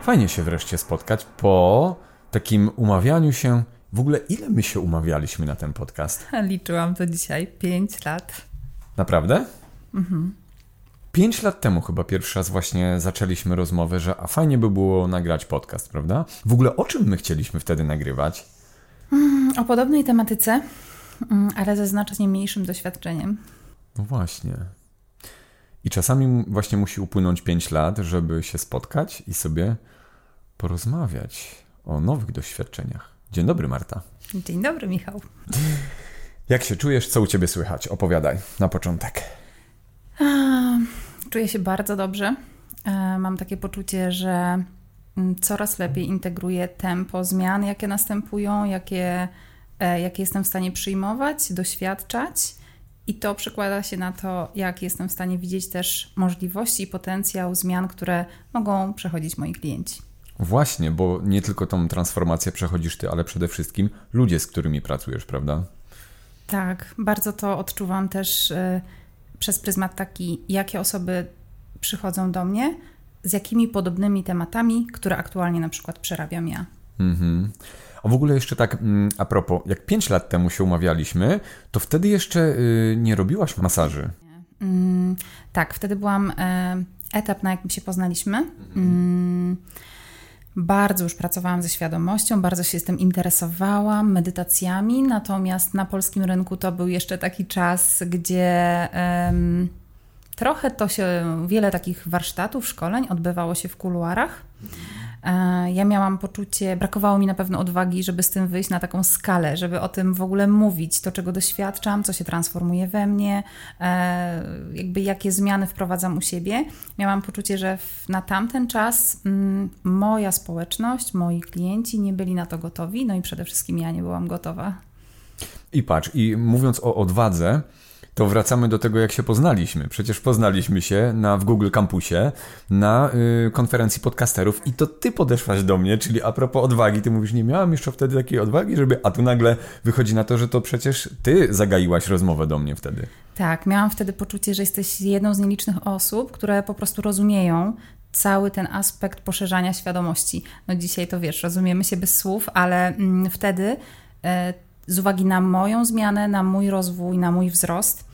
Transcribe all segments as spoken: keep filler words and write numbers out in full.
fajnie się wreszcie spotkać po takim umawianiu się. W ogóle ile my się umawialiśmy na ten podcast? Liczyłam to dzisiaj. Pięć lat. Naprawdę? Mhm. Pięć lat temu chyba pierwszy raz właśnie zaczęliśmy rozmowę, że a fajnie by było nagrać podcast, prawda? W ogóle o czym my chcieliśmy wtedy nagrywać? Mm, o podobnej tematyce, ale ze znacznie mniejszym doświadczeniem. No właśnie. I czasami właśnie musi upłynąć pięć lat, żeby się spotkać i sobie porozmawiać o nowych doświadczeniach. Dzień dobry, Marta. Dzień dobry, Michał. Jak się czujesz? Co u Ciebie słychać? Opowiadaj na początek. Czuję się bardzo dobrze. Mam takie poczucie, że coraz lepiej integruję tempo zmian, jakie następują, jakie, jakie jestem w stanie przyjmować, doświadczać. I to przekłada się na to, jak jestem w stanie widzieć też możliwości i potencjał zmian, które mogą przechodzić moi klienci. Właśnie, bo nie tylko tą transformację przechodzisz Ty, ale przede wszystkim ludzie, z którymi pracujesz, prawda? Tak, bardzo to odczuwam też y, przez pryzmat taki, jakie osoby przychodzą do mnie, z jakimi podobnymi tematami, które aktualnie na przykład przerabiam ja. Mhm. A w ogóle jeszcze tak a propos, jak pięć lat temu się umawialiśmy, to wtedy jeszcze y, nie robiłaś masaży. Mm, tak, wtedy byłam y, etap, na jakim się poznaliśmy. Mm, bardzo już pracowałam ze świadomością, bardzo się z tym interesowałam, medytacjami, natomiast na polskim rynku to był jeszcze taki czas, gdzie y, trochę to się, wiele takich warsztatów, szkoleń odbywało się w kuluarach. Ja miałam poczucie, brakowało mi na pewno odwagi, żeby z tym wyjść na taką skalę, żeby o tym w ogóle mówić, to czego doświadczam, co się transformuje we mnie, jakby jakie zmiany wprowadzam u siebie. Miałam poczucie, że na tamten czas moja społeczność, moi klienci nie byli na to gotowi, no i przede wszystkim ja nie byłam gotowa. I patrz, i mówiąc o odwadze, to wracamy do tego, jak się poznaliśmy. Przecież poznaliśmy się na, w Google Campusie na y, konferencji podcasterów i to ty podeszłaś do mnie, czyli a propos odwagi, ty mówisz, nie miałam jeszcze wtedy takiej odwagi, żeby, a tu nagle wychodzi na to, że to przecież ty zagaiłaś rozmowę do mnie wtedy. Tak, miałam wtedy poczucie, że jesteś jedną z nielicznych osób, które po prostu rozumieją cały ten aspekt poszerzania świadomości. No dzisiaj to wiesz, rozumiemy się bez słów, ale mm, wtedy y, z uwagi na moją zmianę, na mój rozwój, na mój wzrost,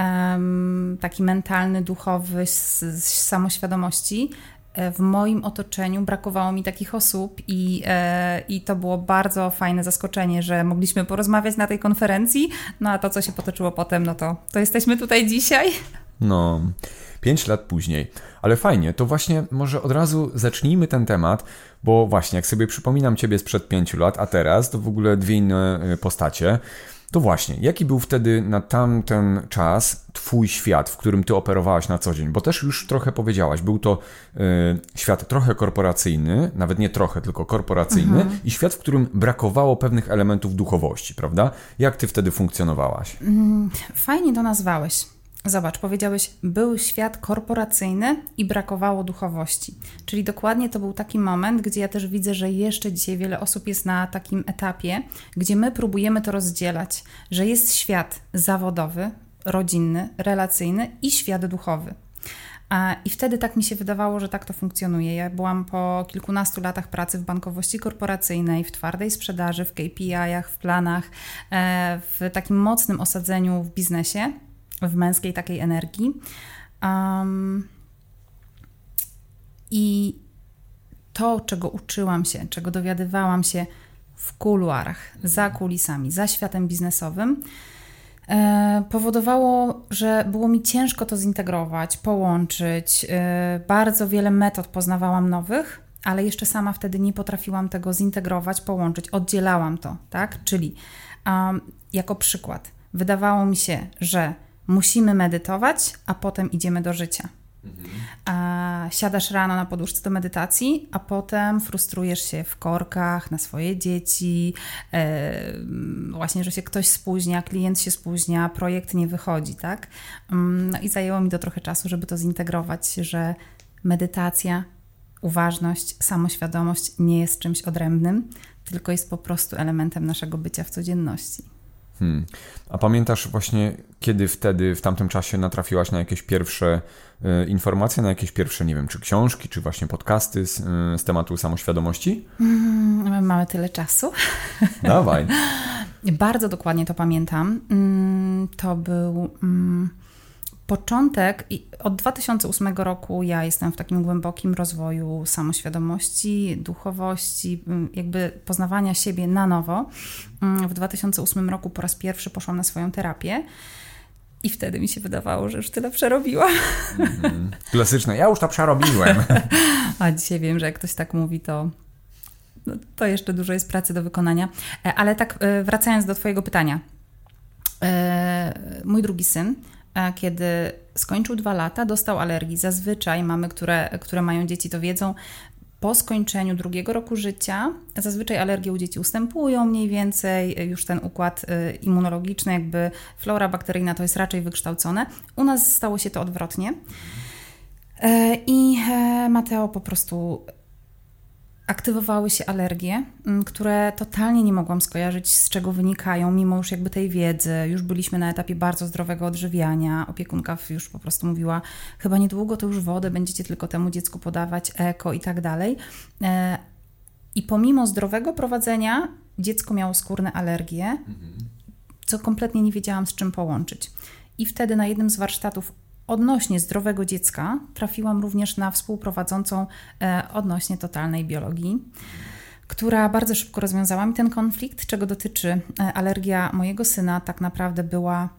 um, taki mentalny, duchowy, z, z samoświadomości, w moim otoczeniu brakowało mi takich osób i, e, i to było bardzo fajne zaskoczenie, że mogliśmy porozmawiać na tej konferencji, no a to, co się potoczyło potem, no to, to jesteśmy tutaj dzisiaj. No, pięć lat później. Ale fajnie, to właśnie może od razu zacznijmy ten temat, bo właśnie jak sobie przypominam Ciebie sprzed pięciu lat, a teraz to w ogóle dwie inne postacie, to właśnie, jaki był wtedy na tamten czas Twój świat, w którym Ty operowałaś na co dzień? Bo też już trochę powiedziałaś, był to y, świat trochę korporacyjny, nawet nie trochę, tylko korporacyjny mhm. i świat, w którym brakowało pewnych elementów duchowości, prawda? Jak Ty wtedy funkcjonowałaś? Fajnie to nazwałeś. Zobacz, powiedziałeś, był świat korporacyjny i brakowało duchowości. Czyli dokładnie to był taki moment, gdzie ja też widzę, że jeszcze dzisiaj wiele osób jest na takim etapie, gdzie my próbujemy to rozdzielać, że jest świat zawodowy, rodzinny, relacyjny i świat duchowy. I wtedy tak mi się wydawało, że tak to funkcjonuje. Ja byłam po kilkunastu latach pracy w bankowości korporacyjnej, w twardej sprzedaży, w K P I-ach, w planach, w takim mocnym osadzeniu w biznesie, w męskiej takiej energii. Um, I to, czego uczyłam się, czego dowiadywałam się w kuluarach, za kulisami, za światem biznesowym, e, powodowało, że było mi ciężko to zintegrować, połączyć. E, bardzo wiele metod poznawałam nowych, ale jeszcze sama wtedy nie potrafiłam tego zintegrować, połączyć. Oddzielałam to, tak? Czyli um, jako przykład, wydawało mi się, że musimy medytować, a potem idziemy do życia. Mhm. A siadasz rano na poduszce do medytacji, a potem frustrujesz się w korkach na swoje dzieci, e, właśnie, że się ktoś spóźnia, klient się spóźnia, projekt nie wychodzi, tak? No i zajęło mi to trochę czasu, żeby to zintegrować, że medytacja, uważność, samoświadomość nie jest czymś odrębnym, tylko jest po prostu elementem naszego bycia w codzienności. Hmm. A pamiętasz właśnie, kiedy wtedy, w tamtym czasie natrafiłaś na jakieś pierwsze y, informacje, na jakieś pierwsze, nie wiem, czy książki, czy właśnie podcasty z, y, z tematu samoświadomości? Mm, mamy tyle czasu. Dawaj. Bardzo dokładnie to pamiętam. Mm, to był mm, początek. I od dwa tysiące ósmego roku ja jestem w takim głębokim rozwoju samoświadomości, duchowości, jakby poznawania siebie na nowo. W dwa tysiące ósmym roku po raz pierwszy poszłam na swoją terapię i wtedy mi się wydawało, że już tyle przerobiłam. Mm, klasyczne, ja już to przerobiłem. A dzisiaj wiem, że jak ktoś tak mówi, to, no, to jeszcze dużo jest pracy do wykonania. Ale tak wracając do twojego pytania. Mój drugi syn, kiedy skończył dwa lata, dostał alergii. Zazwyczaj mamy, które, które mają dzieci, to wiedzą, po skończeniu drugiego roku życia zazwyczaj alergie u dzieci ustępują mniej więcej, już ten układ immunologiczny, jakby flora bakteryjna to jest raczej wykształcone. U nas stało się to odwrotnie i Mateo po prostu aktywowały się alergie, które totalnie nie mogłam skojarzyć, z czego wynikają, mimo już jakby tej wiedzy. Już byliśmy na etapie bardzo zdrowego odżywiania. Opiekunka już po prostu mówiła, chyba niedługo to już wodę będziecie tylko temu dziecku podawać, eko i tak dalej. I pomimo zdrowego prowadzenia dziecko miało skórne alergie, co kompletnie nie wiedziałam, z czym połączyć. I wtedy na jednym z warsztatów odnośnie zdrowego dziecka trafiłam również na współprowadzącą e, odnośnie totalnej biologii, która bardzo szybko rozwiązała mi ten konflikt, czego dotyczy e, alergia mojego syna. Tak naprawdę była,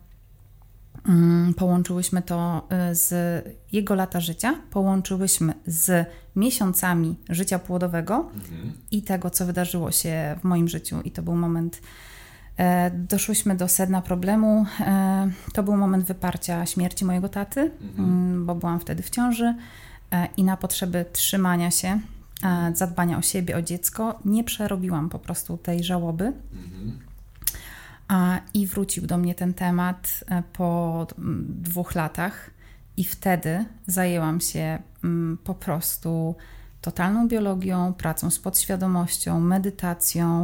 mm, połączyłyśmy to e, z jego lata życia, połączyłyśmy z miesiącami życia płodowego mhm. i tego, co wydarzyło się w moim życiu. I to był moment... Doszłyśmy do sedna problemu. To był moment wyparcia śmierci mojego taty, mhm. bo byłam wtedy w ciąży i na potrzeby trzymania się, zadbania o siebie, o dziecko, nie przerobiłam po prostu tej żałoby. Mhm. I wrócił do mnie ten temat po dwóch latach i wtedy zajęłam się po prostu totalną biologią, pracą z podświadomością, medytacją,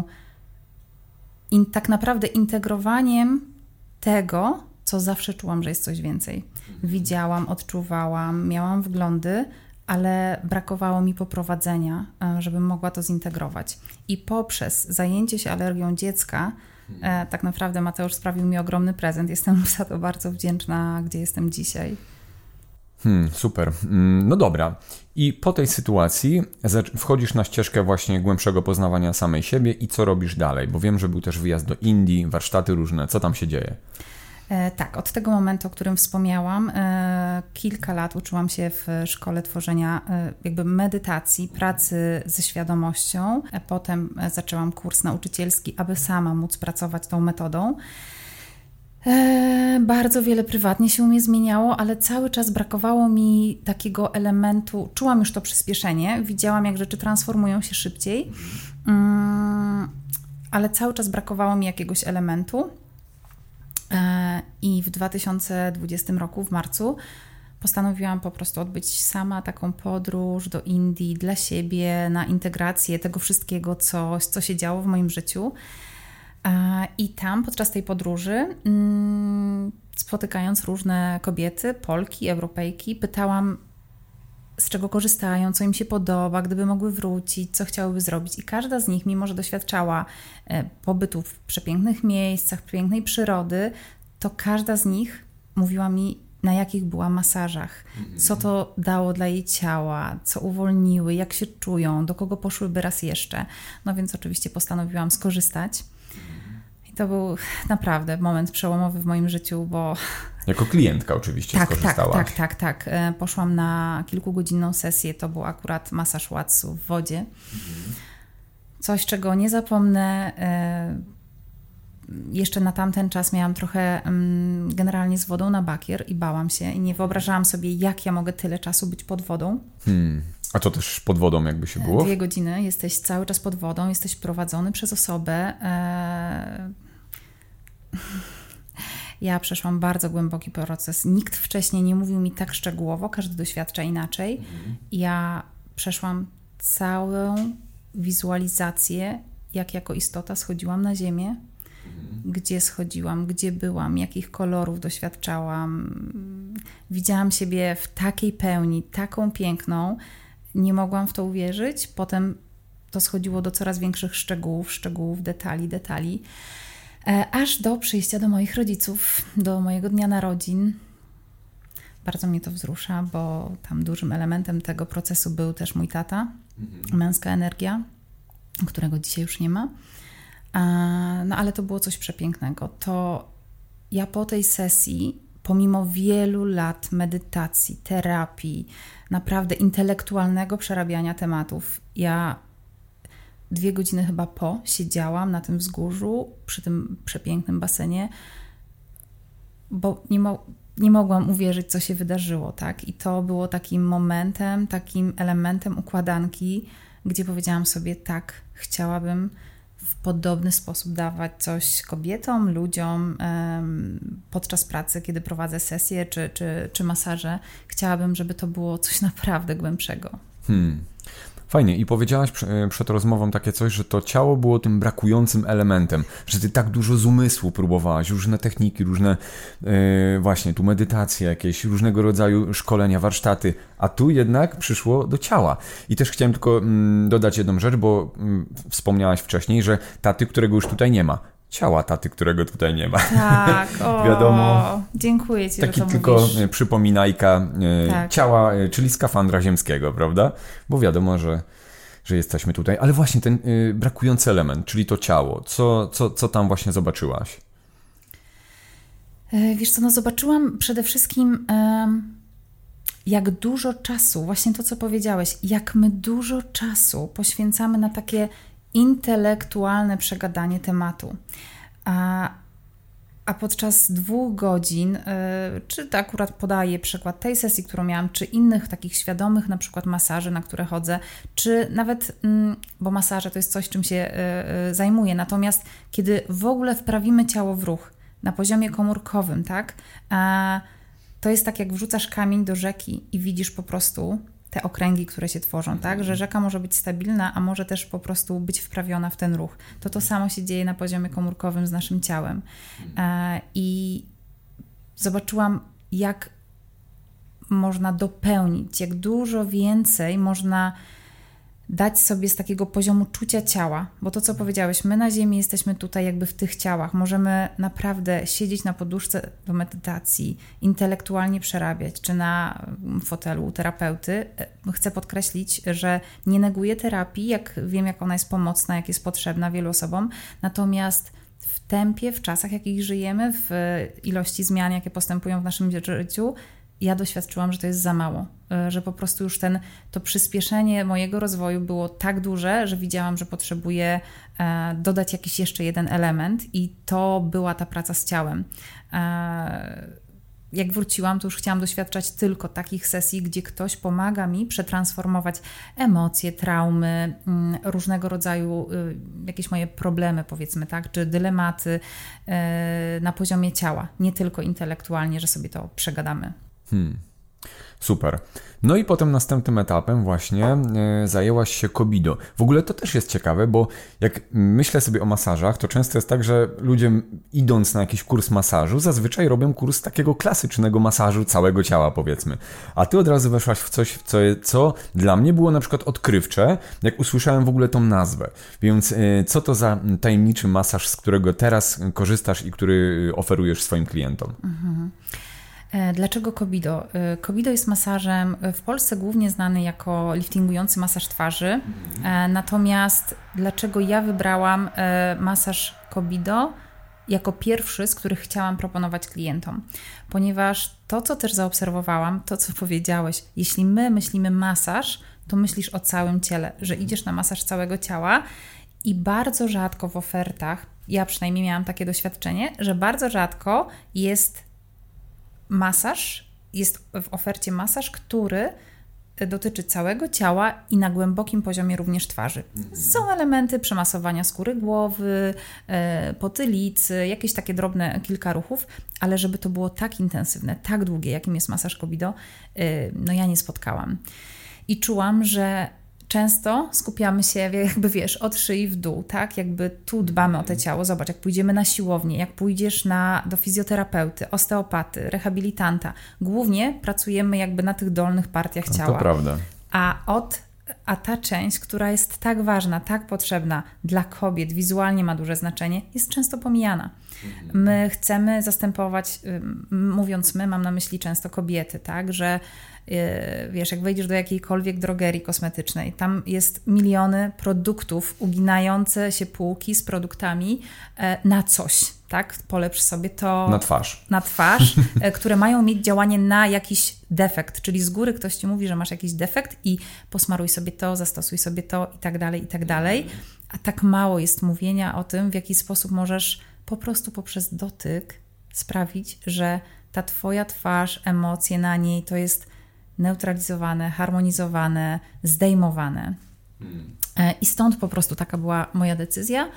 i tak naprawdę integrowaniem tego, co zawsze czułam, że jest coś więcej. Widziałam, odczuwałam, miałam wglądy, ale brakowało mi poprowadzenia, żebym mogła to zintegrować. I poprzez zajęcie się alergią dziecka, hmm. tak naprawdę Mateusz sprawił mi ogromny prezent. Jestem za to bardzo wdzięczna, gdzie jestem dzisiaj. Hmm, super. No dobra. I po tej sytuacji wchodzisz na ścieżkę właśnie głębszego poznawania samej siebie i co robisz dalej? Bo wiem, że był też wyjazd do Indii, warsztaty różne. Co tam się dzieje? E, tak, od tego momentu, o którym wspomniałam, e, kilka lat uczyłam się w szkole tworzenia e, jakby medytacji, pracy ze świadomością. E, potem zaczęłam kurs nauczycielski, aby sama móc pracować tą metodą. E, bardzo wiele prywatnie się u mnie zmieniało, ale cały czas brakowało mi takiego elementu, czułam już to przyspieszenie, widziałam, jak rzeczy transformują się szybciej, um, ale cały czas brakowało mi jakiegoś elementu e, i w dwa tysiące dwudziestym roku, w marcu, postanowiłam po prostu odbyć sama taką podróż do Indii dla siebie, na integrację tego wszystkiego, co, co się działo w moim życiu. I tam podczas tej podróży, spotykając różne kobiety, Polki, Europejki, pytałam, z czego korzystają, co im się podoba, gdyby mogły wrócić, co chciałyby zrobić. I każda z nich, mimo że doświadczała pobytu w przepięknych miejscach, pięknej przyrody, to każda z nich mówiła mi, na jakich była masażach, co to dało dla jej ciała, co uwolniły, jak się czują, do kogo poszłyby raz jeszcze. No więc oczywiście postanowiłam skorzystać. To był naprawdę moment przełomowy w moim życiu, bo... Jako klientka oczywiście tak, skorzystałaś. Tak, tak, tak, tak. Poszłam na kilkugodzinną sesję, to był akurat masaż Watsu w wodzie. Mhm. Coś, czego nie zapomnę. Jeszcze na tamten czas miałam trochę generalnie z wodą na bakier i bałam się i nie wyobrażałam sobie, jak ja mogę tyle czasu być pod wodą. Hmm. A to też pod wodą jakby się było? Dwie godziny, jesteś cały czas pod wodą, jesteś prowadzony przez osobę. Ja przeszłam bardzo głęboki proces. Nikt wcześniej nie mówił mi tak szczegółowo, każdy doświadcza inaczej. Mhm. Ja przeszłam całą wizualizację, jak jako istota schodziłam na ziemię. Mhm. gdzie schodziłam, gdzie byłam, jakich kolorów doświadczałam. Widziałam siebie w takiej pełni, taką piękną. Nie mogłam w to uwierzyć. Potem to schodziło do coraz większych szczegółów, szczegółów, detali, detali. Aż do przyjścia do moich rodziców, do mojego dnia narodzin. Bardzo mnie to wzrusza, bo tam dużym elementem tego procesu był też mój tata, mhm. męska energia, którego dzisiaj już nie ma. No ale to było coś przepięknego. To ja po tej sesji, pomimo wielu lat medytacji, terapii, naprawdę intelektualnego przerabiania tematów, ja dwie godziny chyba po siedziałam na tym wzgórzu, przy tym przepięknym basenie, bo nie, mo- nie mogłam uwierzyć, co się wydarzyło, tak? I to było takim momentem, takim elementem układanki, gdzie powiedziałam sobie, tak, chciałabym w podobny sposób dawać coś kobietom, ludziom um, podczas pracy, kiedy prowadzę sesje czy, czy, czy masaże. Chciałabym, żeby to było coś naprawdę głębszego. Hmm. Fajnie. I powiedziałaś przed rozmową takie coś, że to ciało było tym brakującym elementem, że ty tak dużo z umysłu próbowałaś, różne techniki, różne yy, właśnie tu medytacje, jakieś różnego rodzaju szkolenia, warsztaty, a tu jednak przyszło do ciała. I też chciałem tylko mm, dodać jedną rzecz, bo mm, wspomniałaś wcześniej, że taty, którego już tutaj nie ma. Ciała taty, którego tutaj nie ma. Tak, o, wiadomo. Dziękuję Ci, taki że to tylko mówisz. Przypominajka tak. ciała, czyli skafandra ziemskiego, prawda? Bo wiadomo, że, że jesteśmy tutaj. Ale właśnie ten y, brakujący element, czyli to ciało. Co, co, co tam właśnie zobaczyłaś? Wiesz co, no zobaczyłam przede wszystkim y, jak dużo czasu, właśnie to, co powiedziałeś, jak my dużo czasu poświęcamy na takie intelektualne przegadanie tematu. A, a podczas dwóch godzin, yy, czy to akurat podaję przykład tej sesji, którą miałam, czy innych takich świadomych na przykład masaży, na które chodzę, czy nawet, yy, bo masaże to jest coś, czym się yy, zajmuję, natomiast kiedy w ogóle wprawimy ciało w ruch na poziomie komórkowym, tak, a to jest tak, jak wrzucasz kamień do rzeki i widzisz po prostu te okręgi, które się tworzą, tak? Że rzeka może być stabilna, a może też po prostu być wprawiona w ten ruch. To to samo się dzieje na poziomie komórkowym z naszym ciałem. E, I zobaczyłam, jak można dopełnić, jak dużo więcej można dać sobie z takiego poziomu czucia ciała, bo to, co powiedziałeś, my na ziemi jesteśmy tutaj jakby w tych ciałach, możemy naprawdę siedzieć na poduszce do medytacji, intelektualnie przerabiać, czy na fotelu u terapeuty. Chcę podkreślić, że nie neguję terapii, jak wiem, jak ona jest pomocna, jak jest potrzebna wielu osobom, natomiast w tempie, w czasach, jakich żyjemy, w ilości zmian, jakie postępują w naszym życiu, ja doświadczyłam, że to jest za mało, że po prostu już ten, to przyspieszenie mojego rozwoju było tak duże, że widziałam, że potrzebuję dodać jakiś jeszcze jeden element i to była ta praca z ciałem. Jak wróciłam, to już chciałam doświadczać tylko takich sesji, gdzie ktoś pomaga mi przetransformować emocje, traumy, różnego rodzaju jakieś moje problemy, powiedzmy, tak, czy dylematy na poziomie ciała, nie tylko intelektualnie, że sobie to przegadamy. Hmm. Super. No i potem następnym etapem właśnie e, zajęłaś się Kobido. W ogóle to też jest ciekawe, bo jak myślę sobie o masażach, to często jest tak, że ludzie idąc na jakiś kurs masażu zazwyczaj robią kurs takiego klasycznego masażu całego ciała, powiedzmy. A ty od razu weszłaś w coś, co, co dla mnie było na przykład odkrywcze, jak usłyszałem w ogóle tą nazwę. Więc e, co to za tajemniczy masaż, z którego teraz korzystasz i który oferujesz swoim klientom? Mhm. Dlaczego Kobido? Kobido jest masażem w Polsce głównie znany jako liftingujący masaż twarzy. Natomiast dlaczego ja wybrałam masaż Kobido jako pierwszy, z których chciałam proponować klientom? Ponieważ to, co też zaobserwowałam, to, co powiedziałeś, jeśli my myślimy masaż, to myślisz o całym ciele, że idziesz na masaż całego ciała i bardzo rzadko w ofertach, ja przynajmniej miałam takie doświadczenie, że bardzo rzadko jest masaż, jest w ofercie masaż, który dotyczy całego ciała i na głębokim poziomie również twarzy. Są elementy przemasowania skóry głowy, potylicy, jakieś takie drobne kilka ruchów, ale żeby to było tak intensywne, tak długie, jakim jest masaż Kobido, no ja nie spotkałam. I czułam, że często skupiamy się, jakby wiesz, od szyi w dół, tak? Jakby tu dbamy o te ciało. Zobacz, jak pójdziemy na siłownię, jak pójdziesz na, do fizjoterapeuty, osteopaty, rehabilitanta. Głównie pracujemy jakby na tych dolnych partiach ciała. To prawda. A od A ta część, która jest tak ważna, tak potrzebna dla kobiet, wizualnie ma duże znaczenie, jest często pomijana. My chcemy zastępować, mówiąc my, mam na myśli często kobiety, tak, że wiesz, jak wejdziesz do jakiejkolwiek drogerii kosmetycznej, tam jest miliony produktów, uginające się półki z produktami na coś, tak? Polepsz sobie to... Na twarz. Na twarz, które mają mieć działanie na jakiś defekt, czyli z góry ktoś Ci mówi, że masz jakiś defekt i posmaruj sobie to, zastosuj sobie to i tak dalej, i tak dalej. A tak mało jest mówienia o tym, w jaki sposób możesz po prostu poprzez dotyk sprawić, że ta Twoja twarz, emocje na niej to jest neutralizowane, harmonizowane, zdejmowane. Hmm. I stąd po prostu taka była moja decyzja,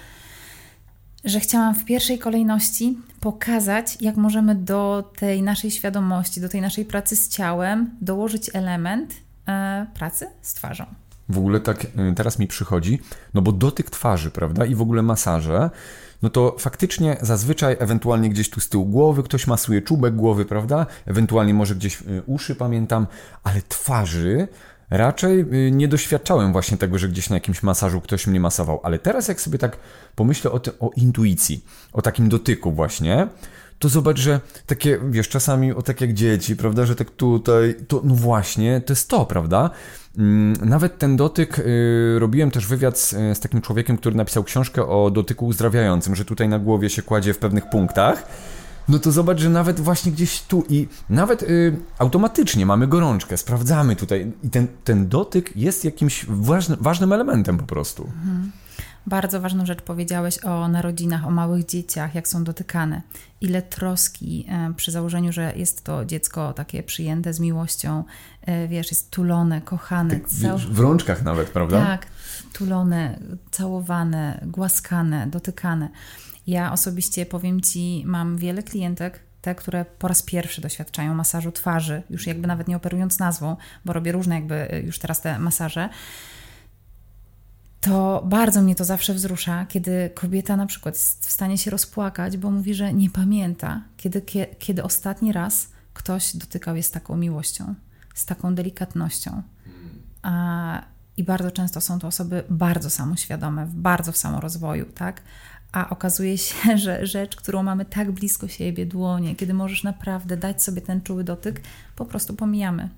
że chciałam w pierwszej kolejności pokazać, jak możemy do tej naszej świadomości, do tej naszej pracy z ciałem dołożyć element e, pracy z twarzą. W ogóle tak teraz mi przychodzi, no bo dotyk twarzy, prawda, i w ogóle masaże, no to faktycznie zazwyczaj ewentualnie gdzieś tu z tyłu głowy ktoś masuje czubek głowy, prawda, ewentualnie może gdzieś uszy, pamiętam, ale twarzy raczej nie doświadczałem właśnie tego, że gdzieś na jakimś masażu ktoś mnie masował, ale teraz jak sobie tak pomyślę o, tym, o intuicji, o takim dotyku właśnie, to zobacz, że takie, wiesz, czasami o tak jak dzieci, prawda, że tak tutaj, to no właśnie, to jest to, prawda? Nawet ten dotyk, yy, robiłem też wywiad z, z takim człowiekiem, który napisał książkę o dotyku uzdrawiającym, że tutaj na głowie się kładzie w pewnych punktach. No to zobacz, że nawet właśnie gdzieś tu i nawet y, automatycznie mamy gorączkę, sprawdzamy tutaj i ten, ten dotyk jest jakimś ważny, ważnym elementem po prostu. Mhm. Bardzo ważną rzecz powiedziałeś o narodzinach, o małych dzieciach, jak są dotykane. Ile troski y, przy założeniu, że jest to dziecko takie przyjęte z miłością, y, wiesz, jest tulone, kochane. Tak, cał... W rączkach nawet, prawda? Tak, tulone, całowane, głaskane, dotykane. Ja osobiście, powiem Ci, mam wiele klientek, te, które po raz pierwszy doświadczają masażu twarzy, już jakby nawet nie operując nazwą, bo robię różne jakby już teraz te masaże, to bardzo mnie to zawsze wzrusza, kiedy kobieta na przykład jest w stanie się rozpłakać, bo mówi, że nie pamięta, kiedy, kiedy ostatni raz ktoś dotykał je z taką miłością, z taką delikatnością. A, I bardzo często są to osoby bardzo samoświadome, bardzo w samorozwoju, tak? A okazuje się, że rzecz, którą mamy tak blisko siebie, dłonie, kiedy możesz naprawdę dać sobie ten czuły dotyk, po prostu pomijamy.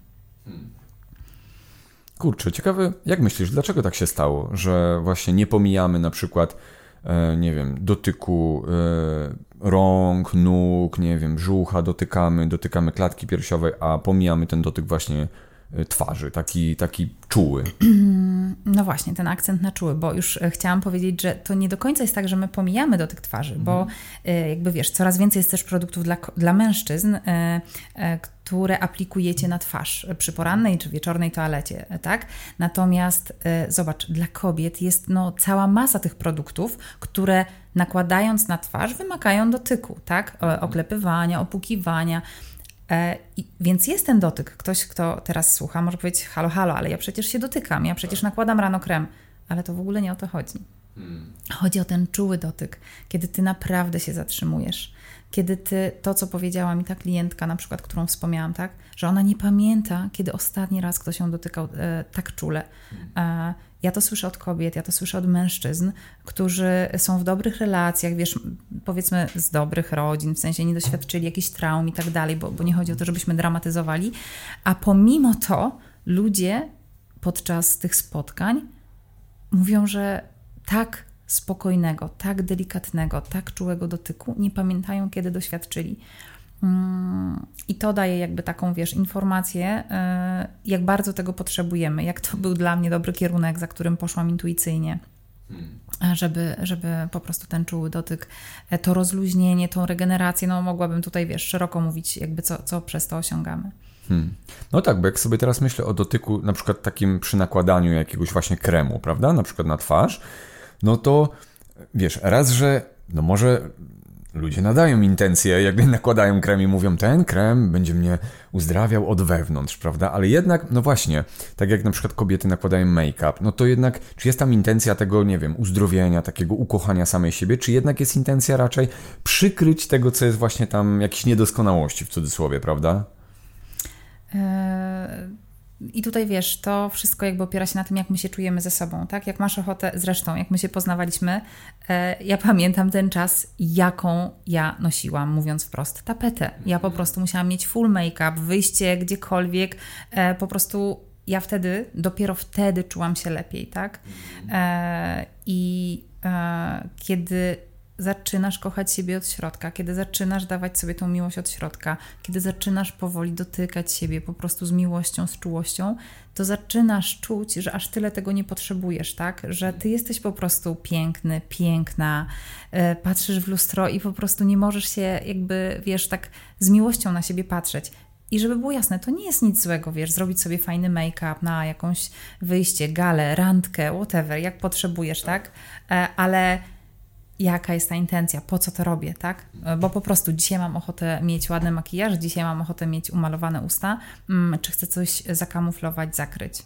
Kurczę, ciekawe, jak myślisz, dlaczego tak się stało, że właśnie nie pomijamy na przykład, e, nie wiem, dotyku e, rąk, nóg, nie wiem, brzucha, dotykamy, dotykamy klatki piersiowej, a pomijamy ten dotyk właśnie twarzy, taki, taki czuły. No właśnie, ten akcent na czuły, bo już chciałam powiedzieć, że to nie do końca jest tak, że my pomijamy dotyk twarzy, mm. bo jakby wiesz, coraz więcej jest też produktów dla, dla mężczyzn, które aplikujecie na twarz przy porannej czy wieczornej toalecie, tak? Natomiast zobacz, dla kobiet jest no cała masa tych produktów, które nakładając na twarz wymagają dotyku, tak? Oklepywania, opukiwania. I, więc jest ten dotyk. Ktoś, kto teraz słucha, może powiedzieć halo, halo, ale ja przecież się dotykam, ja przecież nakładam rano krem, ale to w ogóle nie o to chodzi. Hmm. Chodzi o ten czuły dotyk, kiedy ty naprawdę się zatrzymujesz, kiedy ty, to co powiedziała mi ta klientka na przykład, którą wspomniałam, tak, że ona nie pamięta, kiedy ostatni raz ktoś ją dotykał e, tak czule. E, ja to słyszę od kobiet, ja to słyszę od mężczyzn, którzy są w dobrych relacjach, wiesz, powiedzmy z dobrych rodzin, w sensie nie doświadczyli jakichś traum i tak dalej, bo, bo nie chodzi o to, żebyśmy dramatyzowali, a pomimo to ludzie podczas tych spotkań mówią, że tak spokojnego, tak delikatnego, tak czułego dotyku nie pamiętają, kiedy doświadczyli. I to daje jakby taką, wiesz, informację, jak bardzo tego potrzebujemy, jak to był dla mnie dobry kierunek, za którym poszłam intuicyjnie, żeby, żeby po prostu ten czuły dotyk, to rozluźnienie, tą regenerację, no mogłabym tutaj, wiesz, szeroko mówić, jakby co, co przez to osiągamy. Hmm. No tak, bo jak sobie teraz myślę o dotyku, na przykład takim przy nakładaniu jakiegoś właśnie kremu, prawda, na przykład na twarz, no to wiesz, raz, że no może ludzie nadają intencje, jakby nakładają krem i mówią, ten krem będzie mnie uzdrawiał od wewnątrz, prawda? Ale jednak, no właśnie, tak jak na przykład kobiety nakładają make-up, no to jednak, czy jest tam intencja tego, nie wiem, uzdrowienia, takiego ukochania samej siebie, czy jednak jest intencja raczej przykryć tego, co jest właśnie tam, jakieś niedoskonałości w cudzysłowie, prawda? Eee... I tutaj wiesz, to wszystko jakby opiera się na tym, jak my się czujemy ze sobą, tak? Jak masz ochotę, zresztą jak my się poznawaliśmy, e, ja pamiętam ten czas, jaką ja nosiłam, mówiąc wprost, tapetę. Ja po prostu musiałam mieć full make-up, wyjście gdziekolwiek, e, po prostu ja wtedy, dopiero wtedy czułam się lepiej, tak? E, I e, kiedy zaczynasz kochać siebie od środka, kiedy zaczynasz dawać sobie tą miłość od środka, kiedy zaczynasz powoli dotykać siebie po prostu z miłością, z czułością, to zaczynasz czuć, że aż tyle tego nie potrzebujesz, tak? Że ty jesteś po prostu piękny, piękna, yy, patrzysz w lustro i po prostu nie możesz się jakby, wiesz, tak z miłością na siebie patrzeć. I żeby było jasne, to nie jest nic złego, wiesz, zrobić sobie fajny make-up na jakąś wyjście, galę, randkę, whatever, jak potrzebujesz, tak? Yy, ale jaka jest ta intencja, po co to robię, tak? Bo po prostu dzisiaj mam ochotę mieć ładny makijaż, dzisiaj mam ochotę mieć umalowane usta, hmm, czy chcę coś zakamuflować, zakryć.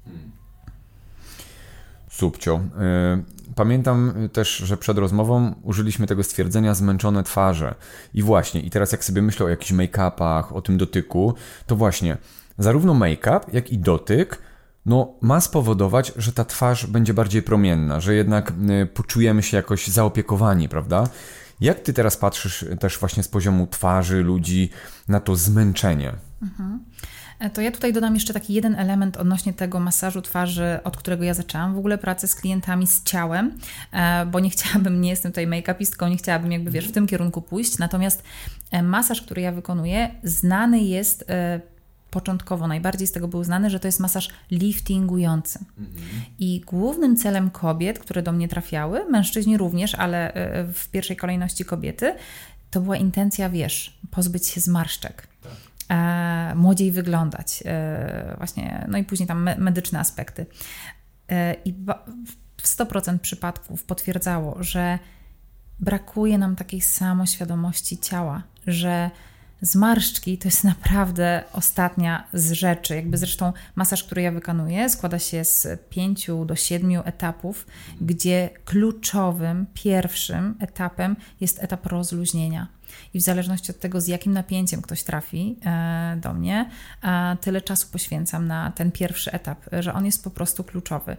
Subcio. Pamiętam też, że przed rozmową użyliśmy tego stwierdzenia zmęczone twarze. I właśnie, i teraz jak sobie myślę o jakichś make-upach, o tym dotyku, to właśnie zarówno make-up, jak i dotyk no, ma spowodować, że ta twarz będzie bardziej promienna, że jednak y, poczujemy się jakoś zaopiekowani, prawda? Jak ty teraz patrzysz też właśnie z poziomu twarzy ludzi na to zmęczenie? Mhm. To ja tutaj dodam jeszcze taki jeden element odnośnie tego masażu twarzy, od którego ja zaczęłam. W ogóle pracę z klientami z ciałem, bo nie chciałabym, nie jestem tutaj make-upistką, nie chciałabym jakby, wiesz, w tym kierunku pójść. Natomiast masaż, który ja wykonuję, znany jest początkowo, najbardziej z tego był znany, że to jest masaż liftingujący. Mhm. I głównym celem kobiet, które do mnie trafiały, mężczyźni również, ale w pierwszej kolejności kobiety, to była intencja, wiesz, pozbyć się zmarszczek. Tak. E, młodziej wyglądać. E, właśnie, no i później tam me- medyczne aspekty. E, I ba- w sto procent przypadków potwierdzało, że brakuje nam takiej samoświadomości ciała, że zmarszczki to jest naprawdę ostatnia z rzeczy. Jakby zresztą masaż, który ja wykonuję, składa się z pięciu do siedmiu etapów, gdzie kluczowym, pierwszym etapem jest etap rozluźnienia. I w zależności od tego, z jakim napięciem ktoś trafi e, do mnie, e, tyle czasu poświęcam na ten pierwszy etap, że on jest po prostu kluczowy.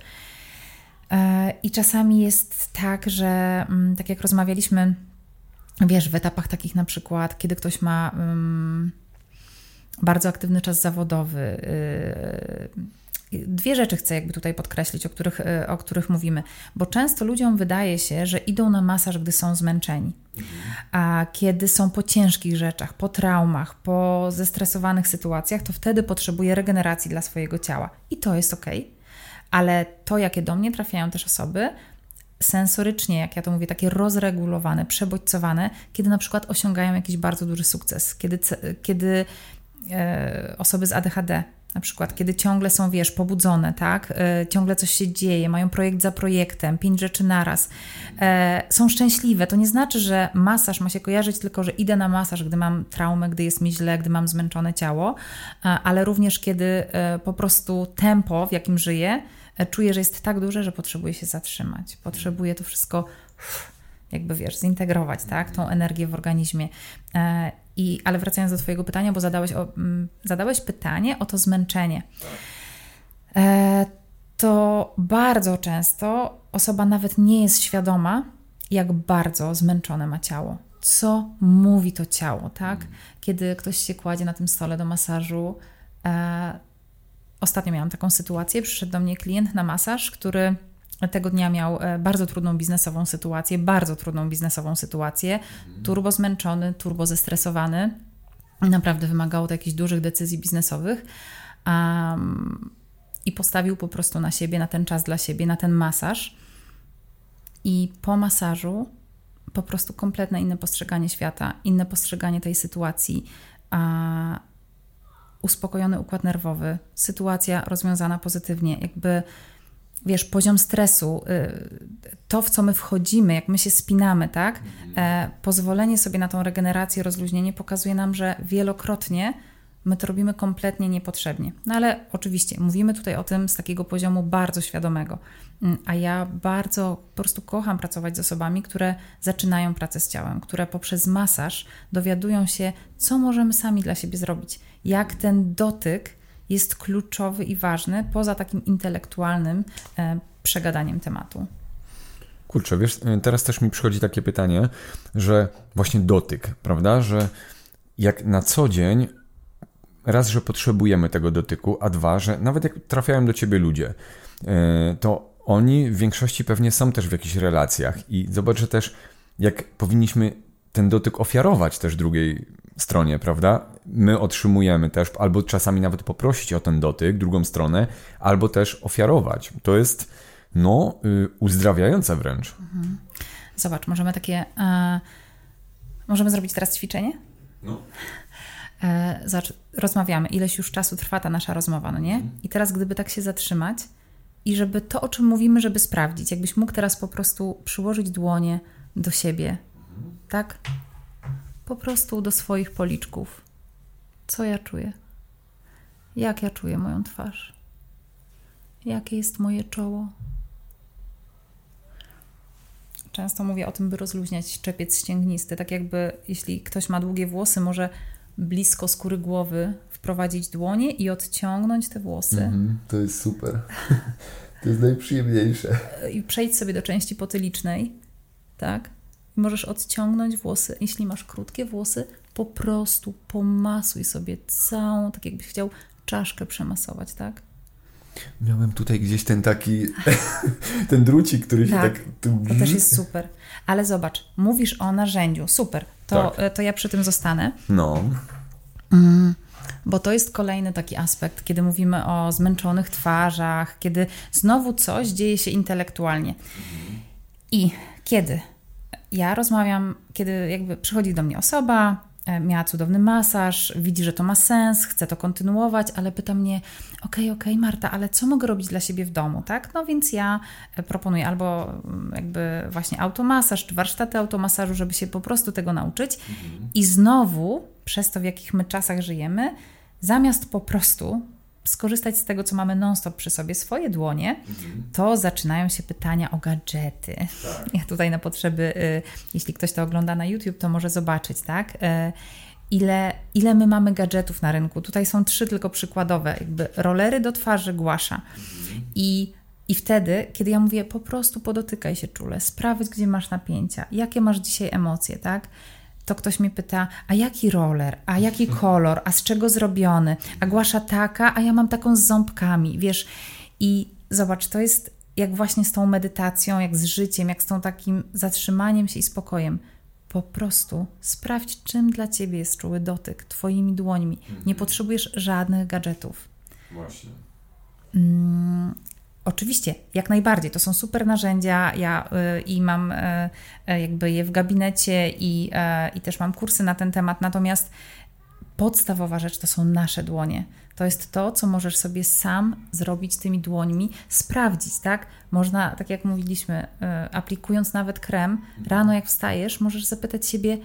E, I czasami jest tak, że m, tak jak rozmawialiśmy, wiesz, w etapach takich na przykład, kiedy ktoś ma um, bardzo aktywny czas zawodowy. Yy, dwie rzeczy chcę jakby tutaj podkreślić, o których, yy, o których mówimy, bo często ludziom wydaje się, że idą na masaż, gdy są zmęczeni, mhm. a kiedy są po ciężkich rzeczach, po traumach, po zestresowanych sytuacjach, to wtedy potrzebuje regeneracji dla swojego ciała i to jest okej, ale to, jakie do mnie trafiają też osoby, sensorycznie, jak ja to mówię, takie rozregulowane, przebodźcowane, kiedy na przykład osiągają jakiś bardzo duży sukces, kiedy, kiedy e, osoby z A D H D na przykład, kiedy ciągle są, wiesz, pobudzone, tak, e, ciągle coś się dzieje, mają projekt za projektem, pięć rzeczy naraz, e, są szczęśliwe. To nie znaczy, że masaż ma się kojarzyć tylko, że idę na masaż, gdy mam traumę, gdy jest mi źle, gdy mam zmęczone ciało, e, ale również kiedy e, po prostu tempo, w jakim żyję, czuję, że jest tak duże, że potrzebuję się zatrzymać. Potrzebuję to wszystko jakby, wiesz, zintegrować, tak? Tą energię w organizmie. I, ale wracając do twojego pytania, bo zadałeś, o, zadałeś pytanie o to zmęczenie. To bardzo często osoba nawet nie jest świadoma, jak bardzo zmęczone ma ciało. Co mówi to ciało, tak? Kiedy ktoś się kładzie na tym stole do masażu, ostatnio miałam taką sytuację, przyszedł do mnie klient na masaż, który tego dnia miał bardzo trudną biznesową sytuację, bardzo trudną biznesową sytuację, turbo zmęczony, turbo zestresowany. Naprawdę wymagało to jakichś dużych decyzji biznesowych um, i postawił po prostu na siebie, na ten czas dla siebie, na ten masaż. I po masażu po prostu kompletne inne postrzeganie świata, inne postrzeganie tej sytuacji, a uspokojony układ nerwowy, sytuacja rozwiązana pozytywnie, jakby wiesz, poziom stresu, to w co my wchodzimy, jak my się spinamy, tak? E, pozwolenie sobie na tą regenerację, rozluźnienie pokazuje nam, że wielokrotnie my to robimy kompletnie niepotrzebnie. No ale oczywiście mówimy tutaj o tym z takiego poziomu bardzo świadomego. A ja bardzo po prostu kocham pracować z osobami, które zaczynają pracę z ciałem, które poprzez masaż dowiadują się, co możemy sami dla siebie zrobić. Jak ten dotyk jest kluczowy i ważny poza takim intelektualnym e, przegadaniem tematu. Kurczę, wiesz, teraz też mi przychodzi takie pytanie, że właśnie dotyk, prawda, że jak na co dzień raz, że potrzebujemy tego dotyku, a dwa, że nawet jak trafiają do ciebie ludzie, to oni w większości pewnie są też w jakichś relacjach i zobacz, że też jak powinniśmy ten dotyk ofiarować też drugiej stronie, prawda? My otrzymujemy też, albo czasami nawet poprosić o ten dotyk, drugą stronę, albo też ofiarować. To jest, no, uzdrawiające wręcz. Mhm. Zobacz, możemy takie, e, możemy zrobić teraz ćwiczenie? No. E, zobacz, rozmawiamy, ileś już czasu trwa ta nasza rozmowa, no nie? I teraz gdyby tak się zatrzymać i żeby to, o czym mówimy, żeby sprawdzić, jakbyś mógł teraz po prostu przyłożyć dłonie do siebie, tak? Po prostu do swoich policzków. Co ja czuję? Jak ja czuję moją twarz? Jakie jest moje czoło? Często mówię o tym, by rozluźniać czepiec ścięgnisty. Tak jakby, jeśli ktoś ma długie włosy, może blisko skóry głowy wprowadzić dłonie i odciągnąć te włosy. Mm-hmm, to jest super. To jest najprzyjemniejsze. I przejdź sobie do części potylicznej, tak? I możesz odciągnąć włosy. Jeśli masz krótkie włosy, po prostu pomasuj sobie całą, tak jakbyś chciał czaszkę przemasować, tak? Miałem tutaj gdzieś ten taki, ten drucik, który się tak... tak to też jest super. Ale zobacz, mówisz o narzędziu, super, to, tak. to ja przy tym zostanę. No. Mm, bo to jest kolejny taki aspekt, kiedy mówimy o zmęczonych twarzach, kiedy znowu coś dzieje się intelektualnie. I kiedy ja rozmawiam, kiedy jakby przychodzi do mnie osoba, miała cudowny masaż, widzi, że to ma sens, chce to kontynuować, ale pyta mnie, okej, okay, okej okay, Marta, ale co mogę robić dla siebie w domu, tak? No więc ja proponuję albo jakby właśnie automasaż, czy warsztaty automasażu, żeby się po prostu tego nauczyć. Mhm. I znowu, przez to w jakich my czasach żyjemy, zamiast po prostu skorzystać z tego, co mamy non-stop przy sobie, swoje dłonie, mhm. to zaczynają się pytania o gadżety. Tak. Ja tutaj na potrzeby, y, jeśli ktoś to ogląda na YouTube, to może zobaczyć, tak? Y, ile, ile my mamy gadżetów na rynku. Tutaj są trzy tylko przykładowe, jakby rolery do twarzy, głasza. Mhm. I, I wtedy, kiedy ja mówię, po prostu podotykaj się czule, sprawdź, gdzie masz napięcia, jakie masz dzisiaj emocje, tak? To ktoś mnie pyta, a jaki roller, a jaki kolor, a z czego zrobiony, a głasza taka, a ja mam taką z ząbkami, wiesz. I zobacz, to jest jak właśnie z tą medytacją, jak z życiem, jak z tą takim zatrzymaniem się i spokojem. Po prostu sprawdź, czym dla ciebie jest czuły dotyk, twoimi dłońmi. Nie potrzebujesz żadnych gadżetów. Właśnie. Mm. Oczywiście, jak najbardziej. To są super narzędzia. Ja y, i mam y, jakby je w gabinecie i, y, i też mam kursy na ten temat. Natomiast podstawowa rzecz to są nasze dłonie. To jest to, co możesz sobie sam zrobić tymi dłońmi, sprawdzić, tak? Można, tak jak mówiliśmy, y, aplikując nawet krem, rano jak wstajesz, możesz zapytać siebie,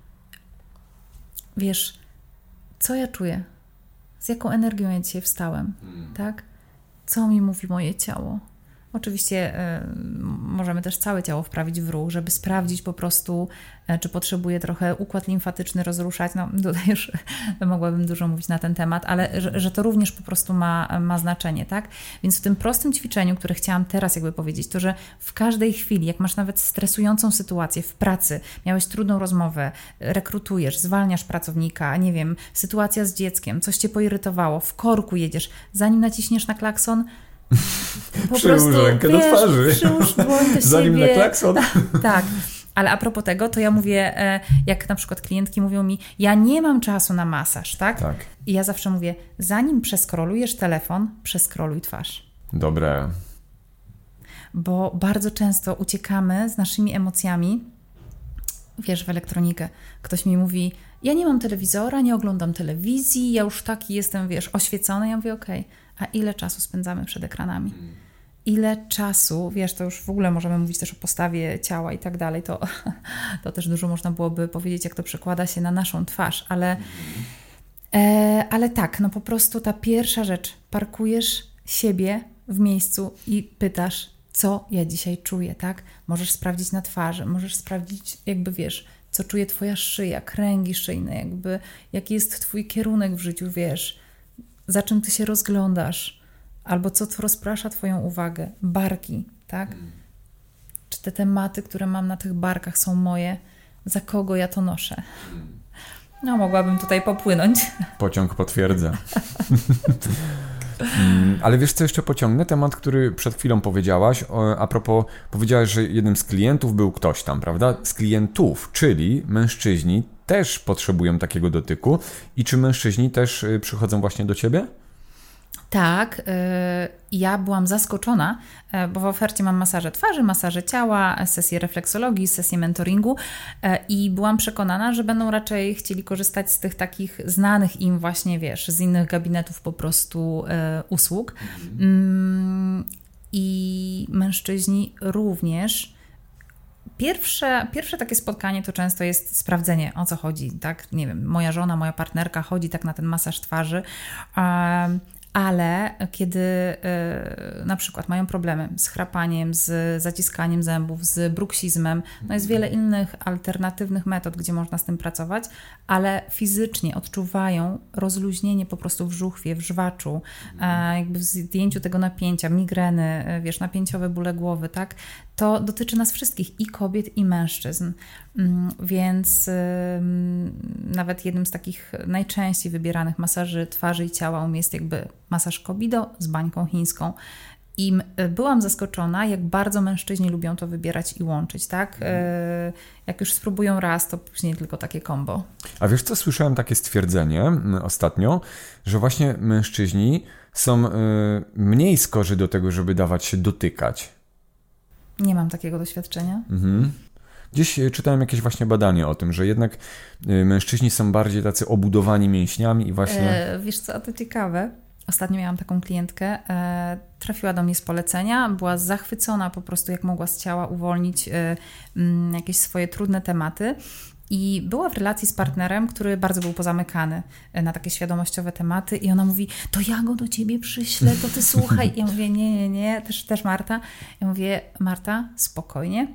wiesz, co ja czuję? Z jaką energią ja dzisiaj wstałem, tak? Co mi mówi moje ciało? Oczywiście y, możemy też całe ciało wprawić w ruch, żeby sprawdzić po prostu, y, czy potrzebuje trochę układ limfatyczny rozruszać. No tutaj już mogłabym dużo mówić na ten temat, ale że, że to również po prostu ma, ma znaczenie, tak? Więc w tym prostym ćwiczeniu, które chciałam teraz jakby powiedzieć, to, że w każdej chwili, jak masz nawet stresującą sytuację w pracy, miałeś trudną rozmowę, rekrutujesz, zwalniasz pracownika, nie wiem, sytuacja z dzieckiem, coś cię poirytowało, w korku jedziesz, zanim naciśniesz na klakson, po przyłóż prostu, rękę wiesz, do twarzy. Przyłóż dłoń do zanim siebie. na klakson. Tak, tak. Ale a propos tego, to ja mówię, jak na przykład klientki mówią mi, ja nie mam czasu na masaż, tak? Tak. I ja zawsze mówię, zanim przeskrolujesz telefon, przeskroluj twarz. Dobre. Bo bardzo często uciekamy z naszymi emocjami, wiesz, w elektronikę. Ktoś mi mówi, ja nie mam telewizora, nie oglądam telewizji, ja już taki jestem, wiesz, oświecony. Ja mówię, okej, okay, a ile czasu spędzamy przed ekranami? ile czasu, wiesz, to już w ogóle możemy mówić też o postawie ciała i tak dalej, to, to też dużo można byłoby powiedzieć, jak to przekłada się na naszą twarz, ale, e, ale tak, no po prostu ta pierwsza rzecz, parkujesz siebie w miejscu i pytasz, co ja dzisiaj czuję, tak? Możesz sprawdzić na twarzy, możesz sprawdzić, jakby wiesz, co czuje twoja szyja, kręgi szyjne, jakby jaki jest twój kierunek w życiu, wiesz, za czym ty się rozglądasz, albo co to rozprasza twoją uwagę, barki, tak? Mm. Czy te tematy, które mam na tych barkach są moje, za kogo ja to noszę? Mm. No, mogłabym tutaj popłynąć. Pociąg potwierdza. Ale wiesz co, jeszcze pociągnę temat, który przed chwilą powiedziałaś, a propos, powiedziałaś, że jednym z klientów był ktoś tam, prawda? Z klientów, czyli mężczyźni też potrzebują takiego dotyku i czy mężczyźni też przychodzą właśnie do ciebie? Tak, ja byłam zaskoczona, bo w ofercie mam masaże twarzy, masaże ciała, sesje refleksologii, sesje mentoringu i byłam przekonana, że będą raczej chcieli korzystać z tych takich znanych im właśnie, wiesz, z innych gabinetów po prostu usług. Mhm. I mężczyźni również. Pierwsze, pierwsze takie spotkanie to często jest sprawdzenie, o co chodzi, tak? Nie wiem, moja żona, moja partnerka chodzi tak na ten masaż twarzy, um, ale kiedy y, na przykład mają problemy z chrapaniem, z zaciskaniem zębów, z bruksizmem, no jest wiele innych alternatywnych metod, gdzie można z tym pracować, ale fizycznie odczuwają rozluźnienie po prostu w żuchwie, w żwaczu, e, jakby w zdjęciu tego napięcia, migreny, wiesz, napięciowe bóle głowy, tak? To dotyczy nas wszystkich, i kobiet, i mężczyzn. Więc nawet jednym z takich najczęściej wybieranych masaży twarzy i ciała u mnie jest jakby masaż Kobido z bańką chińską. I byłam zaskoczona, jak bardzo mężczyźni lubią to wybierać i łączyć, tak? Jak już spróbują raz, to później tylko takie kombo. A wiesz co, słyszałem takie stwierdzenie ostatnio, że właśnie mężczyźni są mniej skorzy do tego, żeby dawać się dotykać. Nie mam takiego doświadczenia. Mhm. Gdzieś czytałem jakieś właśnie badanie o tym, że jednak mężczyźni są bardziej tacy obudowani mięśniami i właśnie... E, wiesz co, to ciekawe. Ostatnio miałam taką klientkę, e, trafiła do mnie z polecenia, była zachwycona po prostu, jak mogła z ciała uwolnić e, m, jakieś swoje trudne tematy. I była w relacji z partnerem, który bardzo był pozamykany na takie świadomościowe tematy i ona mówi, to ja go do ciebie przyślę, to ty słuchaj. I ja mówię, nie, nie, nie, też, też Marta. Ja mówię, Marta, spokojnie.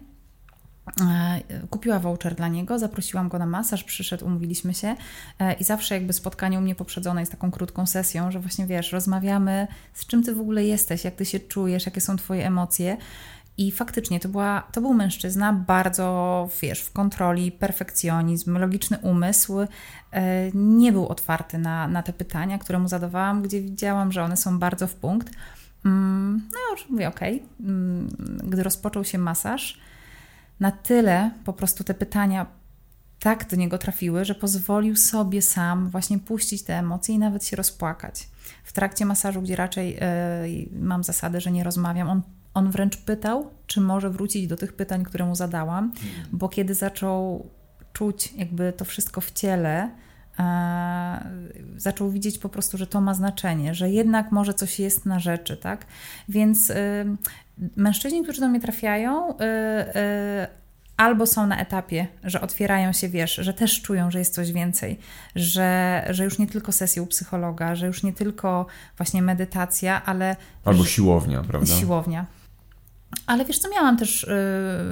Kupiła voucher dla niego, zaprosiłam go na masaż, przyszedł, umówiliśmy się i zawsze jakby spotkanie u mnie poprzedzone jest taką krótką sesją, że właśnie wiesz, rozmawiamy, z czym ty w ogóle jesteś, jak ty się czujesz, jakie są twoje emocje. I faktycznie to, była, to był mężczyzna bardzo, wiesz, w kontroli, perfekcjonizm, logiczny umysł. Nie był otwarty na, na te pytania, które mu zadawałam, gdzie widziałam, że one są bardzo w punkt. No już mówię, okej. Okay. Gdy rozpoczął się masaż, na tyle po prostu te pytania tak do niego trafiły, że pozwolił sobie sam właśnie puścić te emocje i nawet się rozpłakać. W trakcie masażu, gdzie raczej yy, mam zasadę, że nie rozmawiam, on On wręcz pytał, czy może wrócić do tych pytań, które mu zadałam, bo kiedy zaczął czuć jakby to wszystko w ciele, e, zaczął widzieć po prostu, że to ma znaczenie, że jednak może coś jest na rzeczy, tak? Więc e, mężczyźni, którzy do mnie trafiają, e, e, albo są na etapie, że otwierają się, wiesz, że też czują, że jest coś więcej, że, że już nie tylko sesje u psychologa, że już nie tylko właśnie medytacja, ale... Albo siłownia, prawda? Siłownia. Ale wiesz co, miałam też, yy,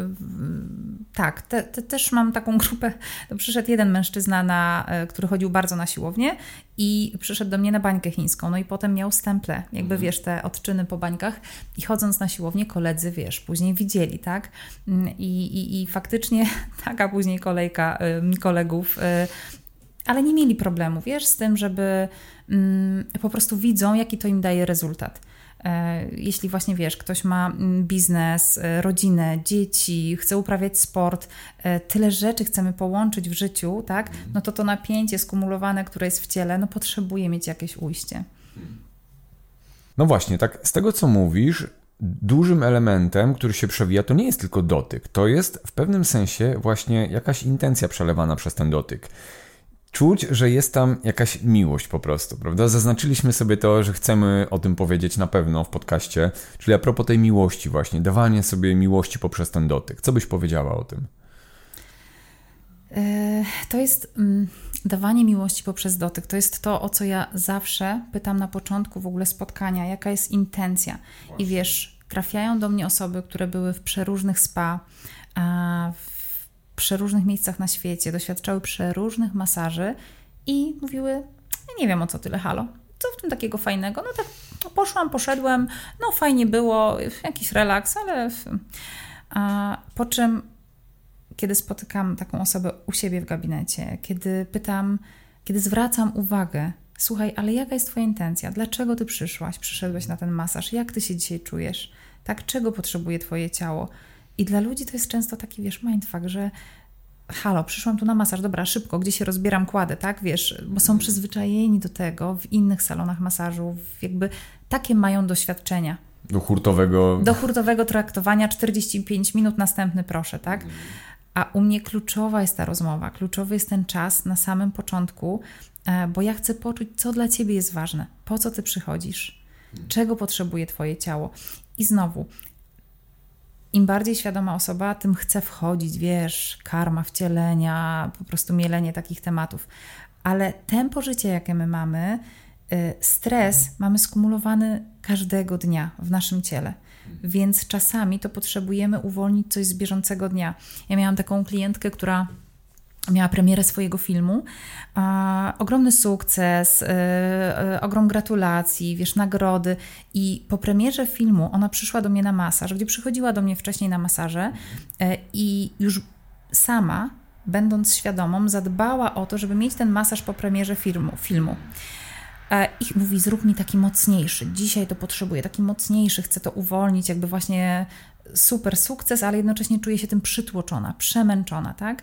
tak, te, te, też mam taką grupę, to przyszedł jeden mężczyzna, na, yy, który chodził bardzo na siłownię i przyszedł do mnie na bańkę chińską, no i potem miał stemple, jakby mhm. wiesz, te odczyny po bańkach i chodząc na siłownię koledzy, wiesz, później widzieli, tak, i, i, i faktycznie taka później kolejka yy, kolegów, yy, ale nie mieli problemu, wiesz, z tym, żeby yy, po prostu widzą, jaki to im daje rezultat. Jeśli właśnie wiesz, ktoś ma biznes, rodzinę, dzieci, chce uprawiać sport, tyle rzeczy chcemy połączyć w życiu, tak? No to to napięcie skumulowane, które jest w ciele, no potrzebuje mieć jakieś ujście. No właśnie, tak z tego co mówisz, dużym elementem, który się przewija, to nie jest tylko dotyk, to jest w pewnym sensie właśnie jakaś intencja przelewana przez ten dotyk. czuć, że jest tam jakaś miłość po prostu, prawda? Zaznaczyliśmy sobie to, że chcemy o tym powiedzieć na pewno w podcaście, czyli a propos tej miłości właśnie, dawanie sobie miłości poprzez ten dotyk. Co byś powiedziała o tym? To jest mm, dawanie miłości poprzez dotyk. To jest to, o co ja zawsze pytam na początku w ogóle spotkania. Jaka jest intencja? Właśnie. I wiesz, trafiają do mnie osoby, które były w przeróżnych spa, a w przeróżnych miejscach na świecie, doświadczały przeróżnych masaży i mówiły, nie wiem o co tyle halo. Co w tym takiego fajnego? No tak poszłam, poszedłem, no fajnie było, jakiś relaks, ale... A, po czym kiedy spotykam taką osobę u siebie w gabinecie, kiedy pytam, kiedy zwracam uwagę, słuchaj, ale jaka jest twoja intencja? Dlaczego ty przyszłaś, przyszedłeś na ten masaż? Jak ty się dzisiaj czujesz? Tak, czego potrzebuje twoje ciało? I dla ludzi to jest często taki, wiesz, mindfuck, że halo, przyszłam tu na masaż, dobra, szybko, gdzie się rozbieram, kładę, tak, wiesz, bo są przyzwyczajeni do tego w innych salonach masażu, jakby takie mają doświadczenia. Do hurtowego... Do hurtowego traktowania, czterdzieści pięć minut, następny proszę, tak? A u mnie kluczowa jest ta rozmowa, kluczowy jest ten czas na samym początku, bo ja chcę poczuć, co dla ciebie jest ważne, po co ty przychodzisz, czego potrzebuje twoje ciało. I znowu, im bardziej świadoma osoba, tym chce wchodzić, wiesz, karma, wcielenia, po prostu mielenie takich tematów. Ale tempo życia, jakie my mamy, stres mamy skumulowany każdego dnia w naszym ciele. Więc czasami to potrzebujemy uwolnić coś z bieżącego dnia. Ja miałam taką klientkę, która miała premierę swojego filmu, a, ogromny sukces, y, y, ogrom gratulacji, wiesz, nagrody i po premierze filmu ona przyszła do mnie na masaż, gdzie przychodziła do mnie wcześniej na masaże y, i już sama, będąc świadomą, zadbała o to, żeby mieć ten masaż po premierze filmu. filmu. I mówi, zrób mi taki mocniejszy, dzisiaj to potrzebuję, taki mocniejszy, chcę to uwolnić, jakby właśnie super sukces, ale jednocześnie czuję się tym przytłoczona, przemęczona, tak?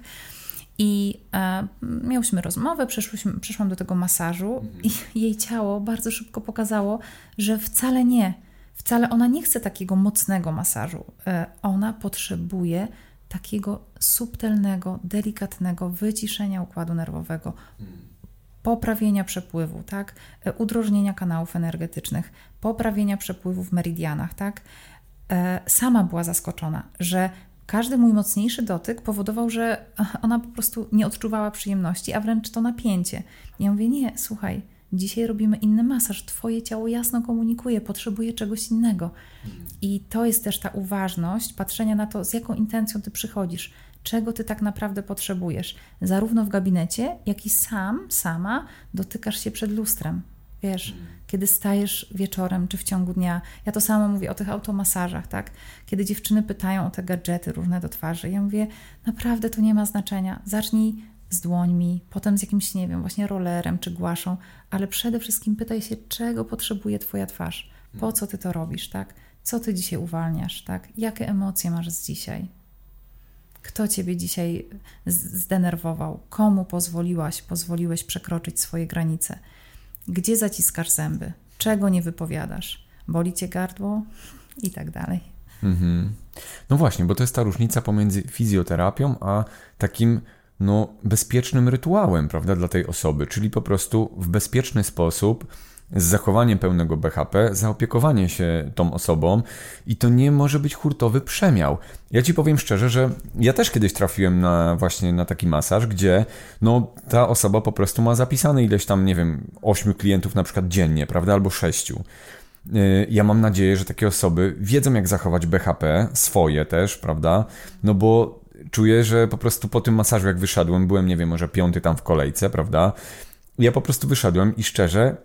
I e, miałyśmy rozmowę, przyszłyśmy, przyszłam do tego masażu mhm. i jej ciało bardzo szybko pokazało, że wcale nie, wcale ona nie chce takiego mocnego masażu, e, ona potrzebuje takiego subtelnego, delikatnego wyciszenia układu nerwowego, mhm. poprawienia przepływu, tak? Udrożnienia kanałów energetycznych, poprawienia przepływu w meridianach, tak? E, sama była zaskoczona, że każdy mój mocniejszy dotyk powodował, że ona po prostu nie odczuwała przyjemności, a wręcz to napięcie. Ja mówię, nie, słuchaj, dzisiaj robimy inny masaż, twoje ciało jasno komunikuje, potrzebuje czegoś innego. I to jest też ta uważność, patrzenia na to, z jaką intencją ty przychodzisz, czego ty tak naprawdę potrzebujesz, zarówno w gabinecie, jak i sam, sama dotykasz się przed lustrem. Wiesz, mm. kiedy stajesz wieczorem czy w ciągu dnia, ja to samo mówię o tych automasażach, tak? Kiedy dziewczyny pytają o te gadżety różne do twarzy, ja mówię, naprawdę to nie ma znaczenia. Zacznij z dłońmi, potem z jakimś, nie wiem, właśnie rollerem czy głaszą, ale przede wszystkim pytaj się, czego potrzebuje twoja twarz, po co ty to robisz, tak? Co ty dzisiaj uwalniasz, tak? Jakie emocje masz z dzisiaj? Kto ciebie dzisiaj zdenerwował? Komu pozwoliłaś, pozwoliłeś przekroczyć swoje granice? Gdzie zaciskasz zęby? Czego nie wypowiadasz? Boli cię gardło? I tak dalej. Mm-hmm. No właśnie, bo to jest ta różnica pomiędzy fizjoterapią a takim no, bezpiecznym rytuałem, prawda, dla tej osoby, czyli po prostu w bezpieczny sposób z zachowaniem pełnego B H P, zaopiekowanie się tą osobą i to nie może być hurtowy przemiał. Ja ci powiem szczerze, że ja też kiedyś trafiłem na właśnie na taki masaż, gdzie no ta osoba po prostu ma zapisane ileś tam, nie wiem, ośmiu klientów na przykład dziennie, prawda, albo sześciu. Ja mam nadzieję, że takie osoby wiedzą, jak zachować B H P, swoje też, prawda, no bo czuję, że po prostu po tym masażu jak wyszedłem, byłem, nie wiem, może piąty tam w kolejce, prawda, ja po prostu wyszedłem i szczerze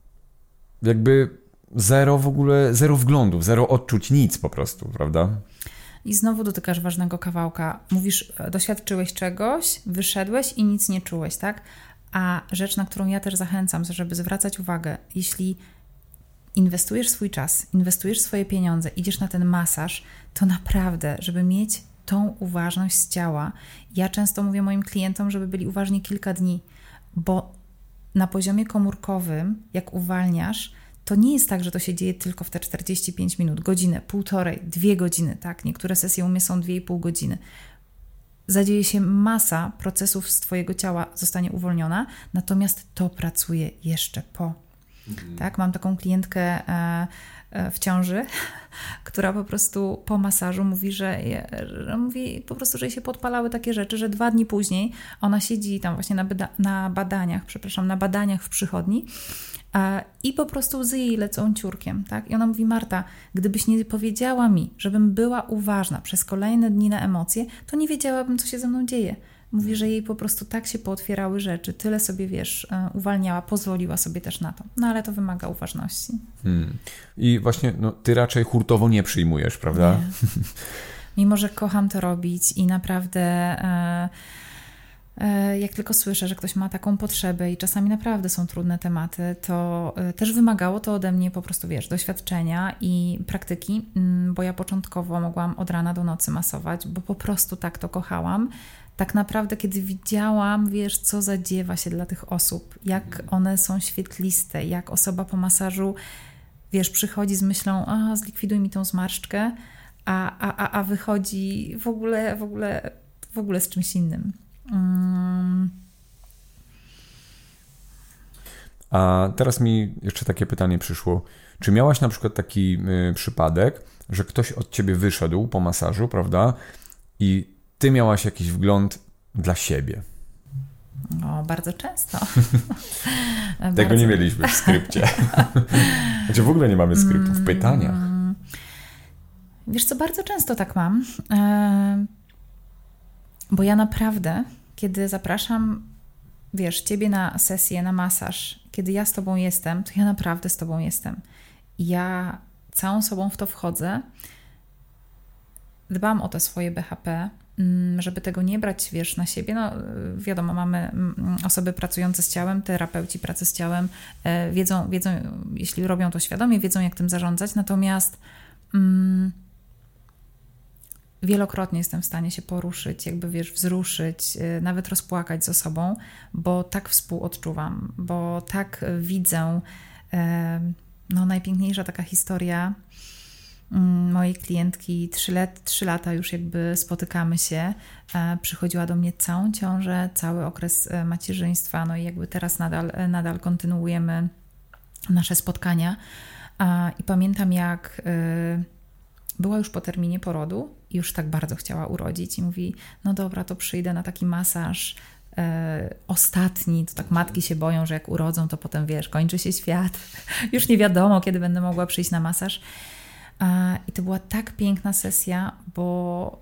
jakby zero w ogóle, zero wglądów, zero odczuć, nic po prostu, prawda? I znowu dotykasz ważnego kawałka. Mówisz, doświadczyłeś czegoś, wyszedłeś i nic nie czułeś, tak? A rzecz, na którą ja też zachęcam, żeby zwracać uwagę, jeśli inwestujesz swój czas, inwestujesz swoje pieniądze, idziesz na ten masaż, to naprawdę, żeby mieć tą uważność z ciała, ja często mówię moim klientom, żeby byli uważni kilka dni, bo na poziomie komórkowym, jak uwalniasz, to nie jest tak, że to się dzieje tylko w te czterdzieści pięć minut, godzinę, półtorej, dwie godziny, tak? Niektóre sesje u mnie są dwie i pół godziny. zadzieje się masa procesów z twojego ciała, zostanie uwolniona, natomiast to pracuje jeszcze po. Mhm. Tak? Mam taką klientkę e, e, w ciąży, która po prostu po masażu mówi, że, że mówi po prostu, że jej się podpalały takie rzeczy, że dwa dni później ona siedzi tam właśnie na, bada, na badaniach, przepraszam, na badaniach w przychodni e, i po prostu łzy jej lecą ciurkiem. Tak? I ona mówi: Marta, gdybyś nie powiedziała mi, żebym była uważna przez kolejne dni na emocje, to nie wiedziałabym, co się ze mną dzieje. Mówi, że jej po prostu tak się pootwierały rzeczy, tyle sobie, wiesz, uwalniała, pozwoliła sobie też na to. No ale to wymaga uważności. Hmm. I właśnie no, ty raczej hurtowo nie przyjmujesz, prawda? Nie. Mimo, że kocham to robić i naprawdę e, e, jak tylko słyszę, że ktoś ma taką potrzebę i czasami naprawdę są trudne tematy, to e, też wymagało to ode mnie po prostu, wiesz, doświadczenia i praktyki, m, bo ja początkowo mogłam od rana do nocy masować, bo po prostu tak to kochałam. Tak naprawdę, kiedy widziałam, wiesz, co zadziewa się dla tych osób, jak one są świetliste, jak osoba po masażu, wiesz, przychodzi z myślą: a zlikwiduj mi tą zmarszczkę, a, a, a wychodzi w ogóle, w ogóle, w ogóle z czymś innym. Um. A teraz mi jeszcze takie pytanie przyszło. Czy miałaś na przykład taki y, przypadek, że ktoś od ciebie wyszedł po masażu, prawda? I ty miałaś jakiś wgląd dla siebie? No, bardzo często. Tego bardzo... nie mieliśmy w skrypcie. Znaczy w ogóle nie mamy skryptów w pytaniach. Wiesz co, bardzo często tak mam. Bo ja naprawdę, kiedy zapraszam, wiesz, ciebie na sesję, na masaż, kiedy ja z tobą jestem, to ja naprawdę z tobą jestem. Ja całą sobą w to wchodzę. Dbam o te swoje B H P, żeby tego nie brać, wiesz, na siebie. No wiadomo, mamy osoby pracujące z ciałem, terapeuci pracy z ciałem wiedzą, wiedzą, jeśli robią to świadomie, wiedzą, jak tym zarządzać, natomiast mm, wielokrotnie jestem w stanie się poruszyć, jakby, wiesz, wzruszyć, nawet rozpłakać ze sobą, bo tak współodczuwam, bo tak widzę. No najpiękniejsza taka historia mojej klientki, trzy, lat, trzy lata już jakby spotykamy się, e, przychodziła do mnie całą ciążę, cały okres macierzyństwa, no i jakby teraz nadal, nadal kontynuujemy nasze spotkania. E, I pamiętam, jak e, była już po terminie porodu i już tak bardzo chciała urodzić i mówi: no dobra, to przyjdę na taki masaż e, ostatni, to tak matki się boją, że jak urodzą, to potem, wiesz, kończy się świat, już nie wiadomo, kiedy będę mogła przyjść na masaż. I to była tak piękna sesja, bo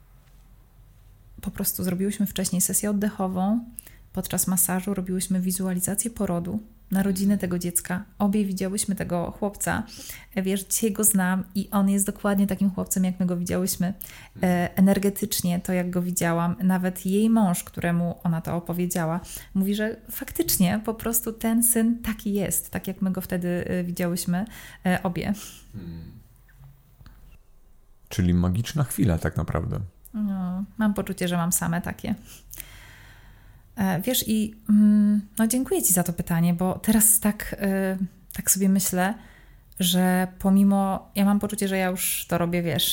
po prostu zrobiłyśmy wcześniej sesję oddechową. Podczas masażu robiłyśmy wizualizację porodu, narodziny tego dziecka. Obie widziałyśmy tego chłopca. Wiesz, dzisiaj go znam i on jest dokładnie takim chłopcem, jak my go widziałyśmy. E, energetycznie to, jak go widziałam. Nawet jej mąż, któremu ona to opowiedziała, mówi, że faktycznie po prostu ten syn taki jest, tak jak my go wtedy widziałyśmy e, obie. Hmm. Czyli magiczna chwila tak naprawdę. No, mam poczucie, że mam same takie. E, wiesz, i no, dziękuję Ci za to pytanie, bo teraz tak, y, tak sobie myślę, że pomimo, ja mam poczucie, że ja już to robię, wiesz,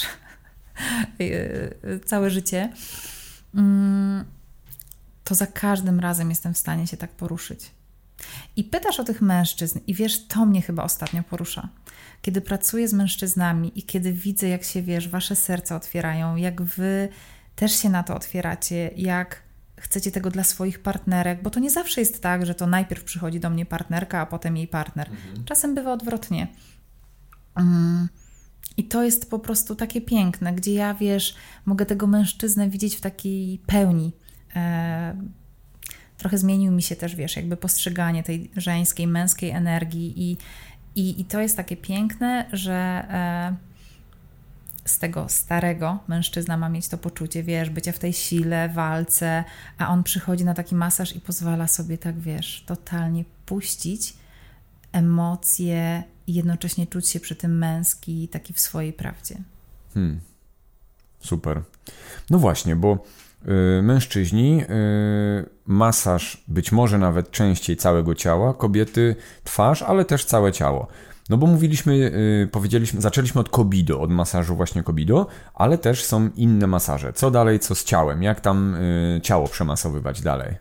y, całe życie, y, to za każdym razem jestem w stanie się tak poruszyć. I pytasz o tych mężczyzn i wiesz, to mnie chyba ostatnio porusza. Kiedy pracuję z mężczyznami i kiedy widzę, jak się, wiesz, wasze serca otwierają, jak wy też się na to otwieracie, jak chcecie tego dla swoich partnerek, bo to nie zawsze jest tak, że to najpierw przychodzi do mnie partnerka, a potem jej partner. Mhm. Czasem bywa odwrotnie. Um, I to jest po prostu takie piękne, gdzie ja, wiesz, mogę tego mężczyznę widzieć w takiej pełni. E, trochę zmienił mi się też, wiesz, jakby postrzeganie tej żeńskiej, męskiej energii i I, I to jest takie piękne, że e, z tego starego mężczyzna ma mieć to poczucie, wiesz, bycia w tej sile, walce, a on przychodzi na taki masaż i pozwala sobie tak, wiesz, totalnie puścić emocje i jednocześnie czuć się przy tym męski, taki w swojej prawdzie. Hmm. Super. No właśnie, bo y, mężczyźni, y, masaż być może nawet częściej całego ciała, kobiety twarz, ale też całe ciało. No bo mówiliśmy, yy, powiedzieliśmy, zaczęliśmy od Kobido, od masażu właśnie Kobido, ale też są inne masaże. Co dalej, co z ciałem? Jak tam yy, ciało przemasowywać dalej?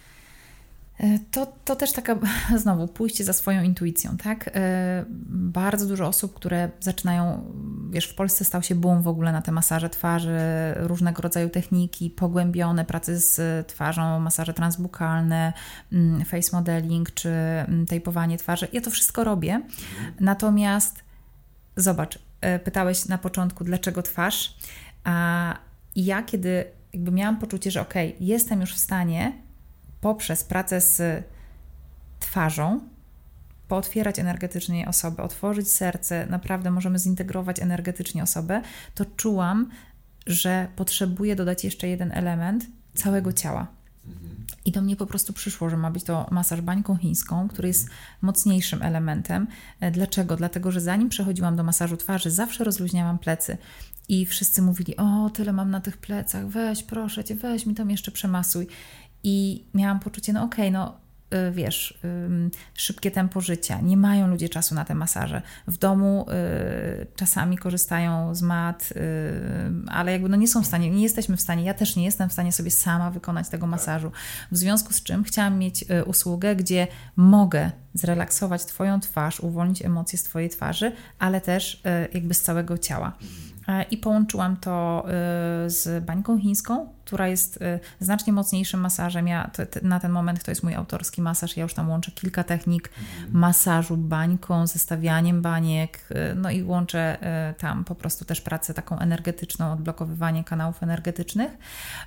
To, to też taka, znowu, pójście za swoją intuicją, tak? Bardzo dużo osób, które zaczynają, wiesz, w Polsce stał się boom w ogóle na te masaże twarzy, różnego rodzaju techniki, pogłębione prace z twarzą, masaże transbukalne, face modeling czy tejpowanie twarzy. Ja to wszystko robię, natomiast zobacz, pytałeś na początku, dlaczego twarz, a ja kiedy jakby miałam poczucie, że okej, okay, jestem już w stanie poprzez pracę z twarzą pootwierać energetycznie osobę, otworzyć serce, naprawdę możemy zintegrować energetycznie osobę, to czułam, że potrzebuję dodać jeszcze jeden element całego ciała. I do mnie po prostu przyszło, że ma być to masaż bańką chińską, który jest mocniejszym elementem. Dlaczego? Dlatego, że zanim przechodziłam do masażu twarzy, zawsze rozluźniałam plecy. I wszyscy mówili, o, tyle mam na tych plecach, weź, proszę Cię, weź mi tam jeszcze przemasuj. I miałam poczucie, no okej, okay, no y, wiesz, y, szybkie tempo życia, nie mają ludzie czasu na te masaże. W domu y, czasami korzystają z mat, y, ale jakby no nie są w stanie, nie jesteśmy w stanie, ja też nie jestem w stanie sobie sama wykonać tego masażu. W związku z czym chciałam mieć y, usługę, gdzie mogę zrelaksować Twoją twarz, uwolnić emocje z Twojej twarzy, ale też y, jakby z całego ciała. I połączyłam to z bańką chińską, która jest znacznie mocniejszym masażem. Ja, na ten moment to jest mój autorski masaż. Ja już tam łączę kilka technik masażu bańką, zestawianiem baniek, no i łączę tam po prostu też pracę taką energetyczną, odblokowywanie kanałów energetycznych.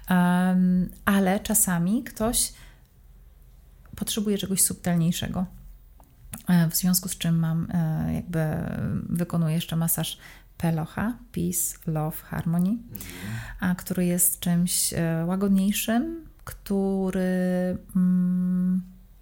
Ale czasami ktoś potrzebuje czegoś subtelniejszego. W związku z czym mam, jakby wykonuję jeszcze masaż Pelocha, Peace, Love, Harmony, a który jest czymś łagodniejszym, który mm,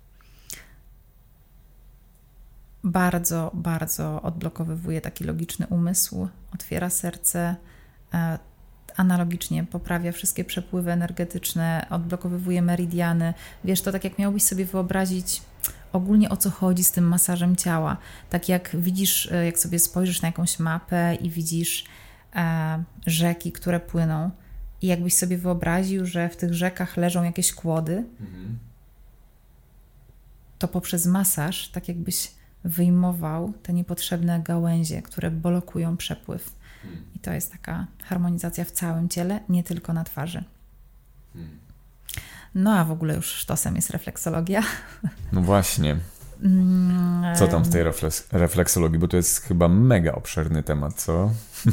bardzo, bardzo odblokowywuje taki logiczny umysł, otwiera serce, e, analogicznie poprawia wszystkie przepływy energetyczne, odblokowywuje meridiany. Wiesz, to tak jak miałbyś sobie wyobrazić ogólnie o co chodzi z tym masażem ciała. Tak jak widzisz, jak sobie spojrzysz na jakąś mapę i widzisz e, rzeki, które płyną i jakbyś sobie wyobraził, że w tych rzekach leżą jakieś kłody, mhm. to poprzez masaż tak jakbyś wyjmował te niepotrzebne gałęzie, które blokują przepływ. Mhm. I to jest taka harmonizacja w całym ciele, nie tylko na twarzy. Mhm. No a w ogóle już sztosem jest refleksologia. No właśnie. Co tam w tej refleks- refleksologii? Bo to jest chyba mega obszerny temat, co?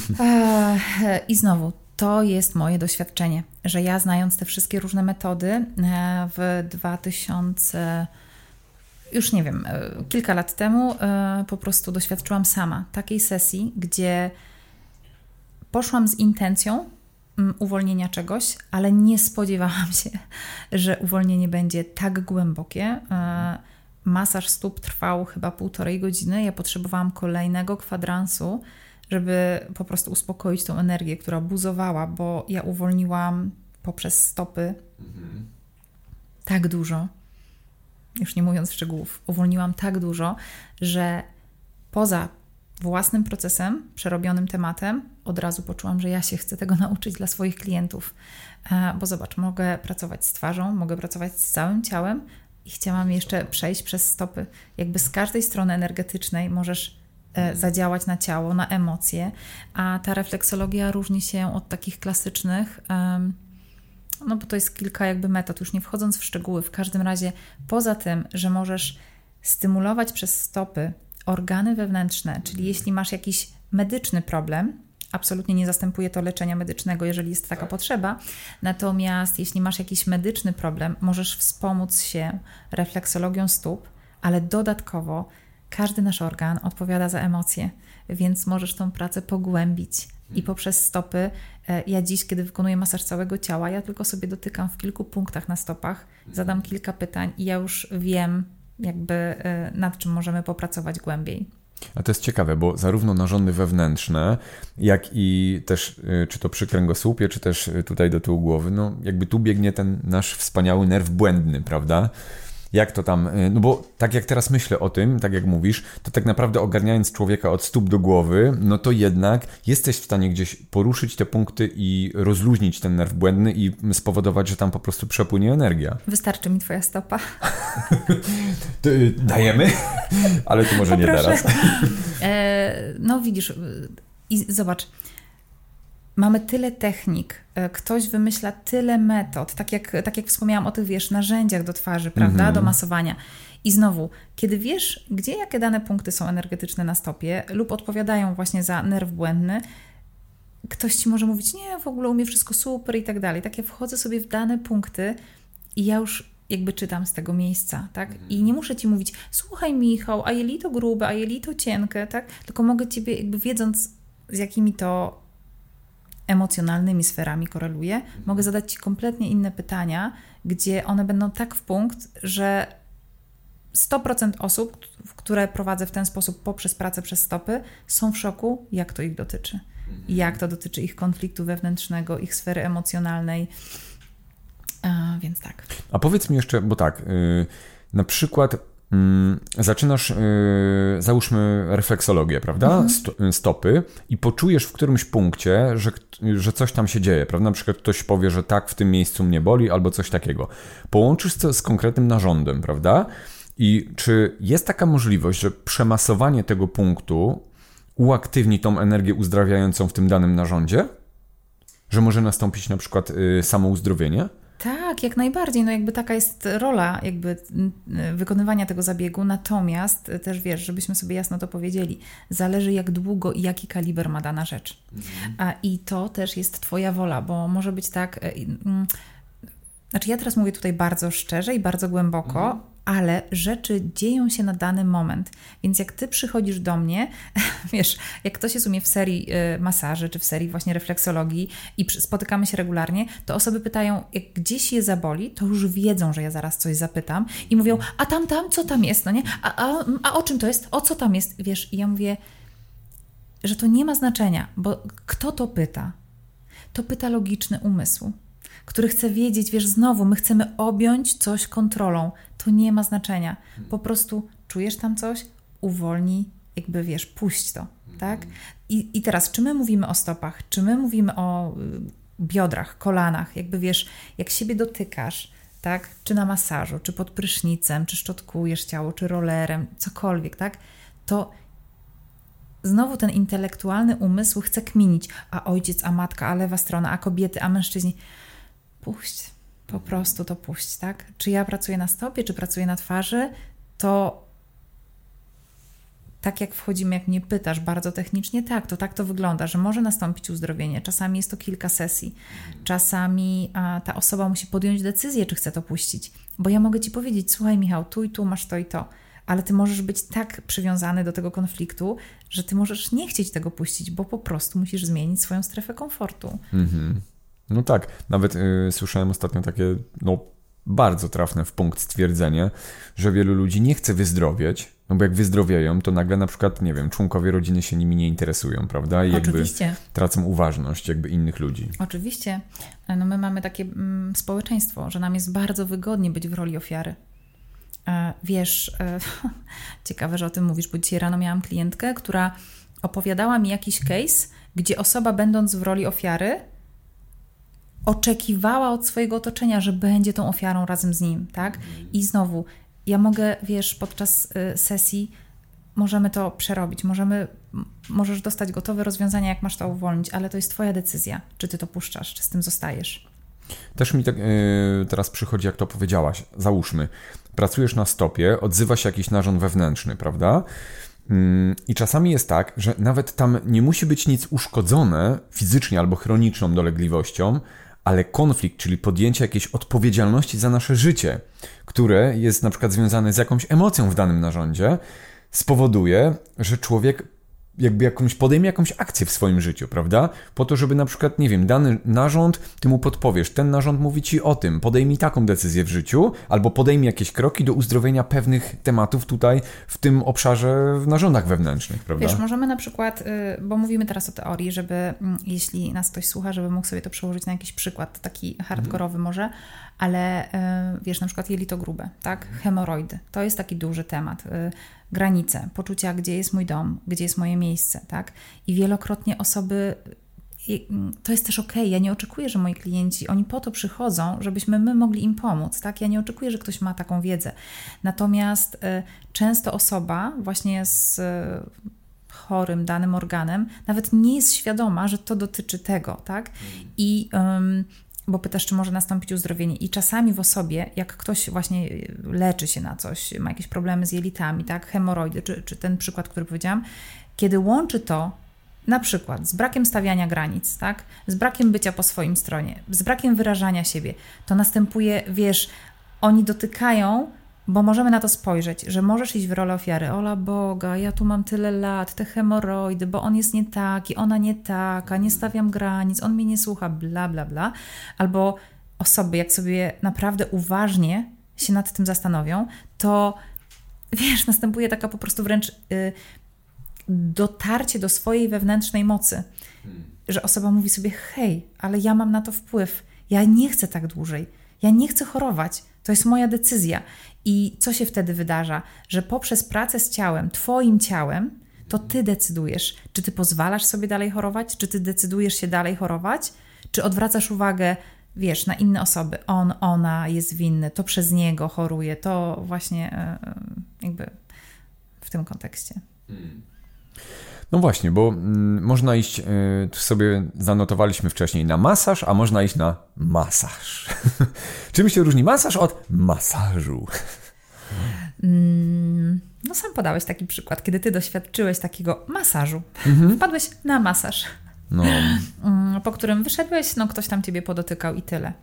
I znowu, to jest moje doświadczenie, że ja znając te wszystkie różne metody w dwa tysiące, już nie wiem, kilka lat temu po prostu doświadczyłam sama takiej sesji, gdzie poszłam z intencją uwolnienia czegoś, ale nie spodziewałam się, że uwolnienie będzie tak głębokie. Masaż stóp trwał chyba półtorej godziny. Ja potrzebowałam kolejnego kwadransu, żeby po prostu uspokoić tą energię, która buzowała, bo ja uwolniłam poprzez stopy mhm. tak dużo, już nie mówiąc szczegółów, uwolniłam tak dużo, że poza własnym procesem, przerobionym tematem, od razu poczułam, że ja się chcę tego nauczyć dla swoich klientów. Bo zobacz, mogę pracować z twarzą, mogę pracować z całym ciałem i chciałam jeszcze przejść przez stopy. Jakby z każdej strony energetycznej możesz zadziałać na ciało, na emocje, a ta refleksologia różni się od takich klasycznych, no bo to jest kilka jakby metod, już nie wchodząc w szczegóły. W każdym razie poza tym, że możesz stymulować przez stopy organy wewnętrzne, czyli jeśli masz jakiś medyczny problem, absolutnie nie zastępuje to leczenia medycznego, jeżeli jest taka potrzeba, natomiast jeśli masz jakiś medyczny problem, możesz wspomóc się refleksologią stóp, ale dodatkowo każdy nasz organ odpowiada za emocje, więc możesz tą pracę pogłębić i poprzez stopy, ja dziś, kiedy wykonuję masaż całego ciała, ja tylko sobie dotykam w kilku punktach na stopach, zadam kilka pytań i ja już wiem, jakby nad czym możemy popracować głębiej. A to jest ciekawe, bo zarówno narządy wewnętrzne, jak i też czy to przy kręgosłupie, czy też tutaj do tyłu głowy, no jakby tu biegnie ten nasz wspaniały nerw błędny, prawda? jak to tam, no bo tak jak teraz myślę o tym, tak jak mówisz, to tak naprawdę ogarniając człowieka od stóp do głowy, no to jednak jesteś w stanie gdzieś poruszyć te punkty i rozluźnić ten nerw błędny i spowodować, że tam po prostu przepłynie energia. Wystarczy mi twoja stopa. Dajemy? Ale to może nie teraz. E, no widzisz, i zobacz, mamy tyle technik, ktoś wymyśla tyle metod, tak jak, tak jak wspomniałam o tych, wiesz, narzędziach do twarzy, prawda, mm-hmm. do masowania. I znowu, kiedy wiesz, gdzie jakie dane punkty są energetyczne na stopie lub odpowiadają właśnie za nerw błędny, ktoś ci może mówić, nie, w ogóle umie wszystko super i tak dalej. Tak ja wchodzę sobie w dane punkty i ja już jakby czytam z tego miejsca, tak? I nie muszę ci mówić, słuchaj Michał, a jeli to grube, a jeli to cienkie, tak? Tylko mogę ciebie jakby wiedząc, z jakimi to emocjonalnymi sferami koreluje, mogę zadać ci kompletnie inne pytania, gdzie one będą tak w punkt, że sto procent osób, które prowadzę w ten sposób poprzez pracę przez stopy, są w szoku, jak to ich dotyczy. I jak to dotyczy ich konfliktu wewnętrznego, ich sfery emocjonalnej. A, więc tak. A powiedz mi jeszcze, bo tak, yy, na przykład yy, zaczynasz, yy, załóżmy refleksologię, prawda? Mhm. Sto, stopy i poczujesz w którymś punkcie, że, że coś tam się dzieje, prawda? Na przykład ktoś powie, że tak, w tym miejscu mnie boli albo coś takiego. Połączysz to z konkretnym narządem, prawda? I czy jest taka możliwość, że przemasowanie tego punktu uaktywni tą energię uzdrawiającą w tym danym narządzie? Że może nastąpić na przykład yy, samouzdrowienie? Tak, jak najbardziej. No jakby taka jest rola jakby wykonywania tego zabiegu, natomiast też wiesz, żebyśmy sobie jasno to powiedzieli, zależy jak długo i jaki kaliber ma dana rzecz. Mhm. A, i to też jest twoja wola, bo może być tak, znaczy ja teraz mówię tutaj bardzo szczerze i bardzo głęboko, mhm. ale rzeczy dzieją się na dany moment. Więc jak ty przychodzisz do mnie, wiesz, jak ktoś jest u mnie w serii y, masaży, czy w serii właśnie refleksologii i przy, spotykamy się regularnie, to osoby pytają, jak gdzieś je zaboli, to już wiedzą, że ja zaraz coś zapytam i mówią, a tam, tam, co tam jest, no nie? A, a, a o czym to jest? O co tam jest? Wiesz, i ja mówię, że to nie ma znaczenia, bo kto to pyta? To pyta logiczny umysł, który chce wiedzieć, wiesz, znowu, my chcemy objąć coś kontrolą. To nie ma znaczenia. Po prostu czujesz tam coś, uwolnij, jakby, wiesz, puść to, tak? I, i teraz, czy my mówimy o stopach, czy my mówimy o biodrach, kolanach, jakby, wiesz, jak siebie dotykasz, tak? Czy na masażu, czy pod prysznicem, czy szczotkujesz ciało, czy rollerem, cokolwiek, tak? To znowu ten intelektualny umysł chce kminić, a ojciec, a matka, a lewa strona, a kobiety, a mężczyźni. Puść, po prostu to puść, tak? Czy ja pracuję na stopie, czy pracuję na twarzy, to tak jak wchodzimy, jak mnie pytasz bardzo technicznie, tak, to tak to wygląda, że może nastąpić uzdrowienie. Czasami jest to kilka sesji. Czasami a, ta osoba musi podjąć decyzję, czy chce to puścić. Bo ja mogę ci powiedzieć, słuchaj Michał, tu i tu masz to i to, ale ty możesz być tak przywiązany do tego konfliktu, że ty możesz nie chcieć tego puścić, bo po prostu musisz zmienić swoją strefę komfortu. Mhm. No tak, nawet y, słyszałem ostatnio takie no, bardzo trafne w punkt stwierdzenie, że wielu ludzi nie chce wyzdrowieć, no bo jak wyzdrowieją, to nagle na przykład, nie wiem, członkowie rodziny się nimi nie interesują, prawda? I Oczywiście. jakby tracą uważność jakby innych ludzi. Oczywiście. No my mamy takie mm, społeczeństwo, że nam jest bardzo wygodnie być w roli ofiary. E, wiesz, e, ciekawe, że o tym mówisz, bo dzisiaj rano miałam klientkę, która opowiadała mi jakiś case, gdzie osoba będąc w roli ofiary oczekiwała od swojego otoczenia, że będzie tą ofiarą razem z nim, tak? I znowu, ja mogę, wiesz, podczas y, sesji możemy to przerobić, możemy, możesz dostać gotowe rozwiązania, jak masz to uwolnić, ale to jest twoja decyzja, czy ty to puszczasz, czy z tym zostajesz. Też mi tak yy, teraz przychodzi, jak to powiedziałaś, załóżmy, pracujesz na stopie, odzywa się jakiś narząd wewnętrzny, prawda? I czasami jest tak, że nawet tam nie musi być nic uszkodzone fizycznie albo chroniczną dolegliwością, ale konflikt, czyli podjęcie jakiejś odpowiedzialności za nasze życie, które jest na przykład związane z jakąś emocją w danym narządzie, spowoduje, że człowiek jakby jakąś, podejmie jakąś akcję w swoim życiu, prawda? Po to, żeby na przykład, nie wiem, dany narząd, ty mu podpowiesz, ten narząd mówi ci o tym, podejmij taką decyzję w życiu, albo podejmij jakieś kroki do uzdrowienia pewnych tematów tutaj w tym obszarze w narządach wewnętrznych, prawda? Wiesz, możemy na przykład, bo mówimy teraz o teorii, żeby, jeśli nas ktoś słucha, żeby mógł sobie to przełożyć na jakiś przykład, taki hardkorowy mhm. może, ale wiesz, na przykład jelito grube, tak? Hemoroidy, to jest taki duży temat. Granice, poczucia, gdzie jest mój dom, gdzie jest moje miejsce, tak? I wielokrotnie osoby, to jest też okej, ja nie oczekuję, że moi klienci, oni po to przychodzą, żebyśmy my mogli im pomóc, tak? Ja nie oczekuję, że ktoś ma taką wiedzę. Natomiast y, często osoba właśnie z y, chorym danym organem nawet nie jest świadoma, że to dotyczy tego, tak? I ym, bo pytasz, czy może nastąpić uzdrowienie. I czasami w osobie, jak ktoś właśnie leczy się na coś, ma jakieś problemy z jelitami, tak, hemoroidy, czy, czy ten przykład, który powiedziałam, kiedy łączy to na przykład z brakiem stawiania granic, tak, z brakiem bycia po swoim stronie, z brakiem wyrażania siebie, to następuje, wiesz, oni dotykają, bo możemy na to spojrzeć, że możesz iść w rolę ofiary. Ola Boga, ja tu mam tyle lat, te hemoroidy, bo on jest nie taki, ona nie taka, nie stawiam granic, on mnie nie słucha, bla, bla, bla. Albo osoby, jak sobie naprawdę uważnie się nad tym zastanowią, to wiesz, następuje taka po prostu wręcz y, dotarcie do swojej wewnętrznej mocy. Hmm. Że osoba mówi sobie, hej, ale ja mam na to wpływ, ja nie chcę tak dłużej, ja nie chcę chorować, to jest moja decyzja. I co się wtedy wydarza? Że poprzez pracę z ciałem, twoim ciałem, to ty decydujesz, czy ty pozwalasz sobie dalej chorować, czy ty decydujesz się dalej chorować, czy odwracasz uwagę, wiesz, na inne osoby. On, ona jest winny, to przez niego choruje, to właśnie jakby w tym kontekście. Hmm. No właśnie, bo mm, można iść, y, sobie zanotowaliśmy wcześniej na masaż, a można iść na masaż. Czym się różni masaż od masażu? Mm, no sam podałeś taki przykład, kiedy ty doświadczyłeś takiego masażu. Mhm. Wpadłeś na masaż, no. po którym wyszedłeś, no ktoś tam ciebie podotykał i tyle.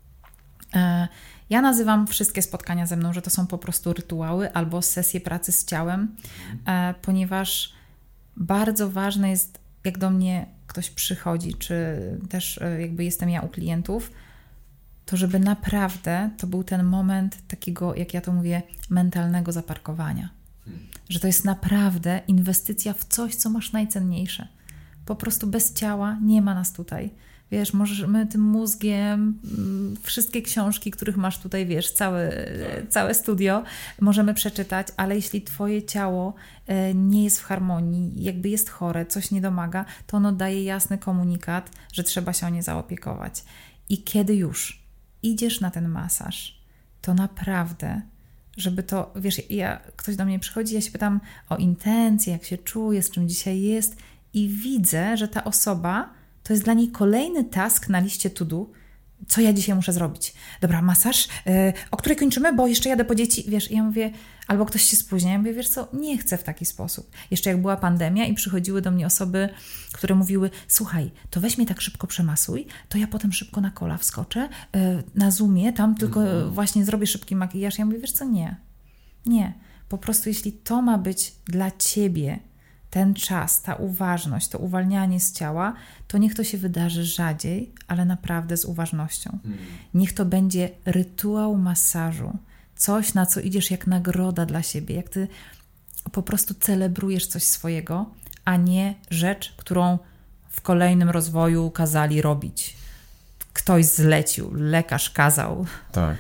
E, ja nazywam wszystkie spotkania ze mną, że to są po prostu rytuały albo sesje pracy z ciałem, e, ponieważ bardzo ważne jest, jak do mnie ktoś przychodzi, czy też jakby jestem ja u klientów, to żeby naprawdę to był ten moment takiego, jak ja to mówię, mentalnego zaparkowania. Hmm. Że to jest naprawdę inwestycja w coś, co masz najcenniejsze. Po prostu bez ciała nie ma nas tutaj. Wiesz, możemy tym mózgiem, wszystkie książki, których masz tutaj, wiesz, całe, całe studio, możemy przeczytać, ale jeśli twoje ciało nie jest w harmonii, jakby jest chore, coś nie domaga, to ono daje jasny komunikat, że trzeba się o nie zaopiekować. I kiedy już idziesz na ten masaż, to naprawdę, żeby to, wiesz, ja, ktoś do mnie przychodzi, ja się pytam o intencje, jak się czuje, z czym dzisiaj jest i widzę, że ta osoba to jest dla niej kolejny task na liście to do, co ja dzisiaj muszę zrobić. Dobra, masaż, yy, o której kończymy, bo jeszcze jadę po dzieci. Wiesz, ja mówię, albo ktoś się spóźnia, ja mówię, wiesz co, nie chcę w taki sposób. Jeszcze jak była pandemia i przychodziły do mnie osoby, które mówiły, słuchaj, to weź mnie tak szybko przemasuj, to ja potem szybko na kola wskoczę, yy, na Zoomie, tam tylko mm-hmm. właśnie zrobię szybki makijaż. Ja mówię, wiesz co, nie, nie. Po prostu jeśli to ma być dla ciebie ten czas, ta uważność, to uwalnianie z ciała, to niech to się wydarzy rzadziej, ale naprawdę z uważnością. Hmm. Niech to będzie rytuał masażu. Coś, na co idziesz jak nagroda dla siebie, jak ty po prostu celebrujesz coś swojego, a nie rzecz, którą w kolejnym rozwoju kazali robić. Ktoś zlecił, lekarz kazał. Tak.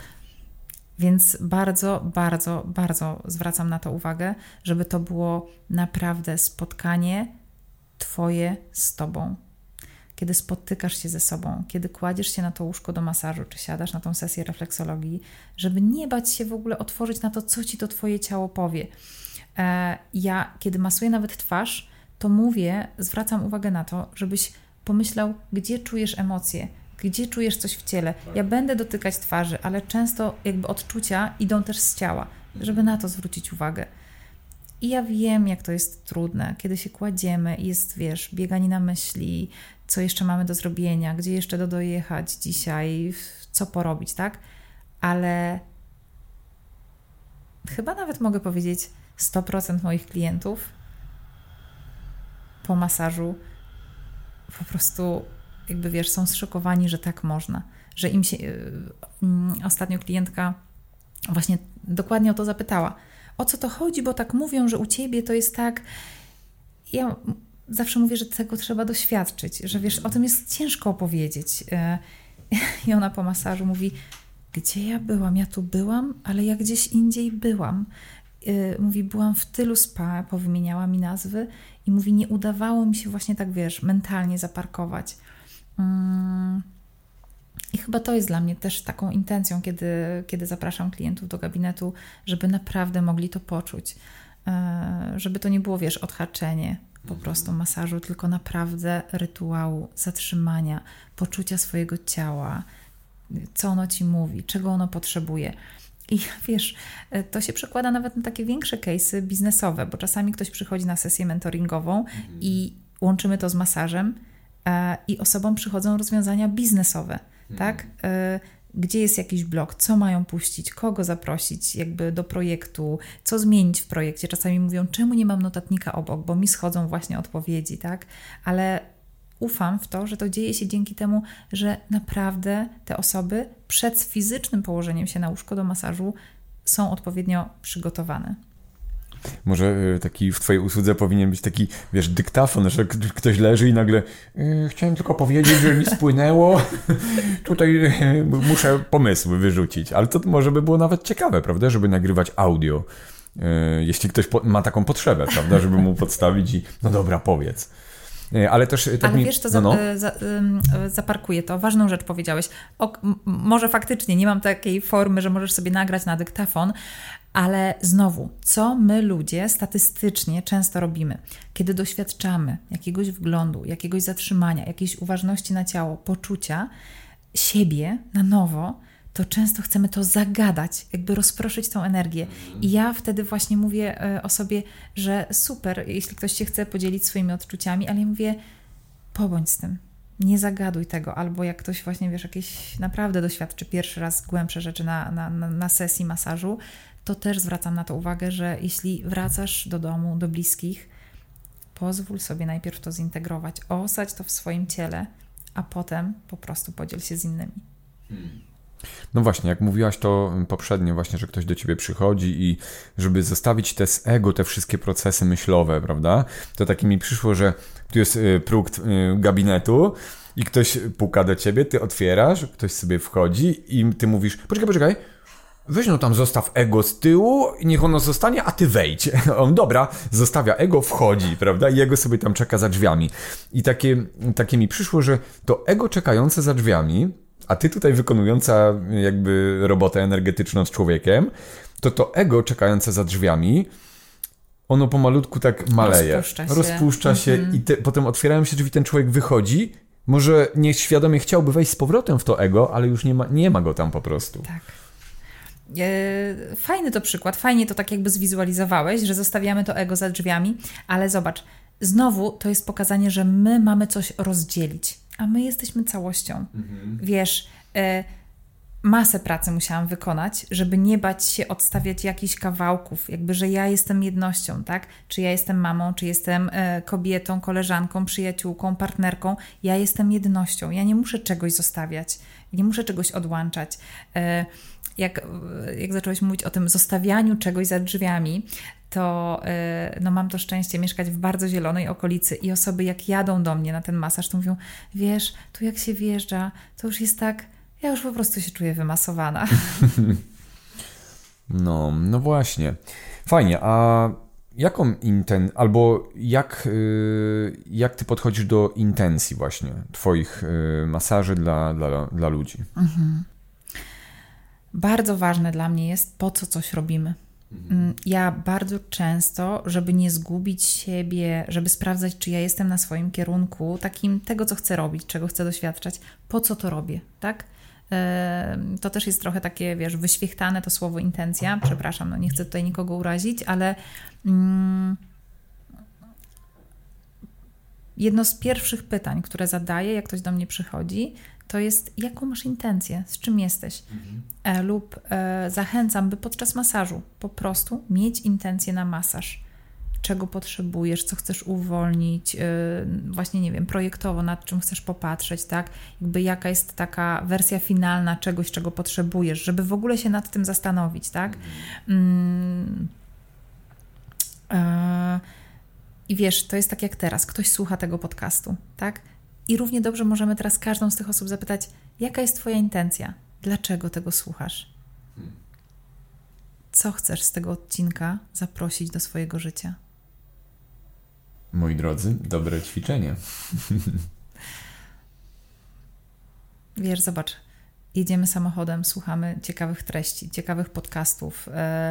Więc bardzo, bardzo, bardzo zwracam na to uwagę, żeby to było naprawdę spotkanie twoje z tobą. Kiedy spotykasz się ze sobą, kiedy kładziesz się na to łóżko do masażu, czy siadasz na tą sesję refleksologii, żeby nie bać się w ogóle otworzyć na to, co ci to twoje ciało powie. Ja, kiedy masuję nawet twarz, to mówię, zwracam uwagę na to, żebyś pomyślał, gdzie czujesz emocje, gdzie czujesz coś w ciele. Ja będę dotykać twarzy, ale często jakby odczucia idą też z ciała, żeby na to zwrócić uwagę. I ja wiem, jak to jest trudne, kiedy się kładziemy i jest, wiesz, bieganina myśli, co jeszcze mamy do zrobienia, gdzie jeszcze do dojechać dzisiaj, co porobić, tak? Ale chyba nawet mogę powiedzieć sto procent moich klientów po masażu po prostu jakby wiesz, są zszokowani, że tak można, że im się... Yy, yy, ostatnio klientka właśnie dokładnie o to zapytała. O co to chodzi, bo tak mówią, że u ciebie to jest tak... Ja zawsze mówię, że tego trzeba doświadczyć, że wiesz, o tym jest ciężko opowiedzieć. Yy, I ona po masażu mówi, gdzie ja byłam? Ja tu byłam, ale ja gdzieś indziej byłam. Yy, mówi, byłam w tylu spa, powymieniała mi nazwy i mówi, nie udawało mi się właśnie tak, wiesz, mentalnie zaparkować. Yy. I chyba to jest dla mnie też taką intencją, kiedy, kiedy zapraszam klientów do gabinetu, żeby naprawdę mogli to poczuć. Yy, żeby to nie było, wiesz, odhaczenie po prostu masażu, tylko naprawdę rytuału, zatrzymania, poczucia swojego ciała, co ono ci mówi, czego ono potrzebuje. I wiesz, to się przekłada nawet na takie większe case'y biznesowe, bo czasami ktoś przychodzi na sesję mentoringową mhm. i łączymy to z masażem e, i osobom przychodzą rozwiązania biznesowe, mhm. tak? E, gdzie jest jakiś blok, co mają puścić, kogo zaprosić jakby do projektu, co zmienić w projekcie. Czasami mówią, czemu nie mam notatnika obok, bo mi schodzą właśnie odpowiedzi, tak? Ale ufam w to, że to dzieje się dzięki temu, że naprawdę te osoby przed fizycznym położeniem się na łóżko do masażu są odpowiednio przygotowane. Może taki w twojej usłudze powinien być taki, wiesz, dyktafon, że ktoś leży i nagle yy, chciałem tylko powiedzieć, że mi spłynęło, tutaj yy, muszę pomysły wyrzucić, ale to może by było nawet ciekawe, prawda, żeby nagrywać audio, yy, jeśli ktoś po- ma taką potrzebę, prawda, żeby mu podstawić i no dobra, powiedz. Ale też tak Ale mi... wiesz, to no, no. za, za, zaparkuję to. Ważną rzecz powiedziałeś. O, m- może faktycznie nie mam takiej formy, że możesz sobie nagrać na dyktafon, ale znowu, co my ludzie statystycznie często robimy? Kiedy doświadczamy jakiegoś wglądu, jakiegoś zatrzymania, jakiejś uważności na ciało, poczucia siebie na nowo, to często chcemy to zagadać, jakby rozproszyć tą energię. I ja wtedy właśnie mówię o sobie, że super, jeśli ktoś się chce podzielić swoimi odczuciami, ale ja mówię, pobądź z tym, nie zagaduj tego. Albo jak ktoś właśnie, wiesz, jakieś naprawdę doświadczy pierwszy raz głębsze rzeczy na, na, na sesji masażu, to też zwracam na to uwagę, że jeśli wracasz do domu, do bliskich, pozwól sobie najpierw to zintegrować, osadź to w swoim ciele, a potem po prostu podziel się z innymi. Hmm. No właśnie, jak mówiłaś to poprzednio właśnie, że ktoś do ciebie przychodzi i żeby zostawić te z ego, te wszystkie procesy myślowe, prawda? To takie mi przyszło, że tu jest próg gabinetu i ktoś puka do ciebie, ty otwierasz, ktoś sobie wchodzi i ty mówisz, poczekaj, poczekaj, weź no tam zostaw ego z tyłu i niech ono zostanie, a ty wejdź. On dobra, zostawia ego, wchodzi, prawda? I ego sobie tam czeka za drzwiami. I takie, takie mi przyszło, że to ego czekające za drzwiami, a ty tutaj wykonująca jakby robotę energetyczną z człowiekiem, to to ego czekające za drzwiami, ono pomalutku tak maleje. Rozpuszcza się. Rozpuszcza się mm-hmm. i te, potem otwierają się drzwi, ten człowiek wychodzi, może nieświadomie chciałby wejść z powrotem w to ego, ale już nie ma, nie ma go tam po prostu. Tak. Fajny to przykład, fajnie to tak jakby zwizualizowałeś, że zostawiamy to ego za drzwiami, ale zobacz, znowu to jest pokazanie, że my mamy coś rozdzielić, a my jesteśmy całością. Mhm. Wiesz, y, masę pracy musiałam wykonać, żeby nie bać się odstawiać jakichś kawałków, jakby, że ja jestem jednością, tak? Czy ja jestem mamą, czy jestem y, kobietą, koleżanką, przyjaciółką, partnerką, ja jestem jednością, ja nie muszę czegoś zostawiać, nie muszę czegoś odłączać. Y, Jak, jak zacząłeś mówić o tym zostawianiu czegoś za drzwiami, to yy, no mam to szczęście mieszkać w bardzo zielonej okolicy i osoby jak jadą do mnie na ten masaż, to mówią, wiesz, tu jak się wjeżdża, to już jest tak, ja już po prostu się czuję wymasowana. No, no właśnie. Fajnie, a jaką inten... albo jak, yy, jak ty podchodzisz do intencji właśnie twoich yy, masaży dla, dla, dla ludzi? Mhm. Bardzo ważne dla mnie jest, po co coś robimy. Mhm. Ja bardzo często, żeby nie zgubić siebie, żeby sprawdzać, czy ja jestem na swoim kierunku, takim tego, co chcę robić, czego chcę doświadczać, po co to robię, tak? To też jest trochę takie, wiesz, wyświechtane to słowo intencja. Przepraszam, no nie chcę tutaj nikogo urazić, ale mm, jedno z pierwszych pytań, które zadaję, jak ktoś do mnie przychodzi, to jest, jaką masz intencję, z czym jesteś. Mhm. E, lub e, zachęcam, by podczas masażu po prostu mieć intencję na masaż. czego potrzebujesz, co chcesz uwolnić, właśnie nie wiem, projektowo nad czym chcesz popatrzeć, tak? Jakby jaka jest taka wersja finalna czegoś, czego potrzebujesz, żeby w ogóle się nad tym zastanowić, tak? Mm. I wiesz, to jest tak jak teraz, ktoś słucha tego podcastu, tak? I równie dobrze możemy teraz każdą z tych osób zapytać, jaka jest twoja intencja? Dlaczego tego słuchasz? Co chcesz z tego odcinka zaprosić do swojego życia? Moi drodzy, dobre ćwiczenie. Wiesz, zobacz, jedziemy samochodem, słuchamy ciekawych treści, ciekawych podcastów.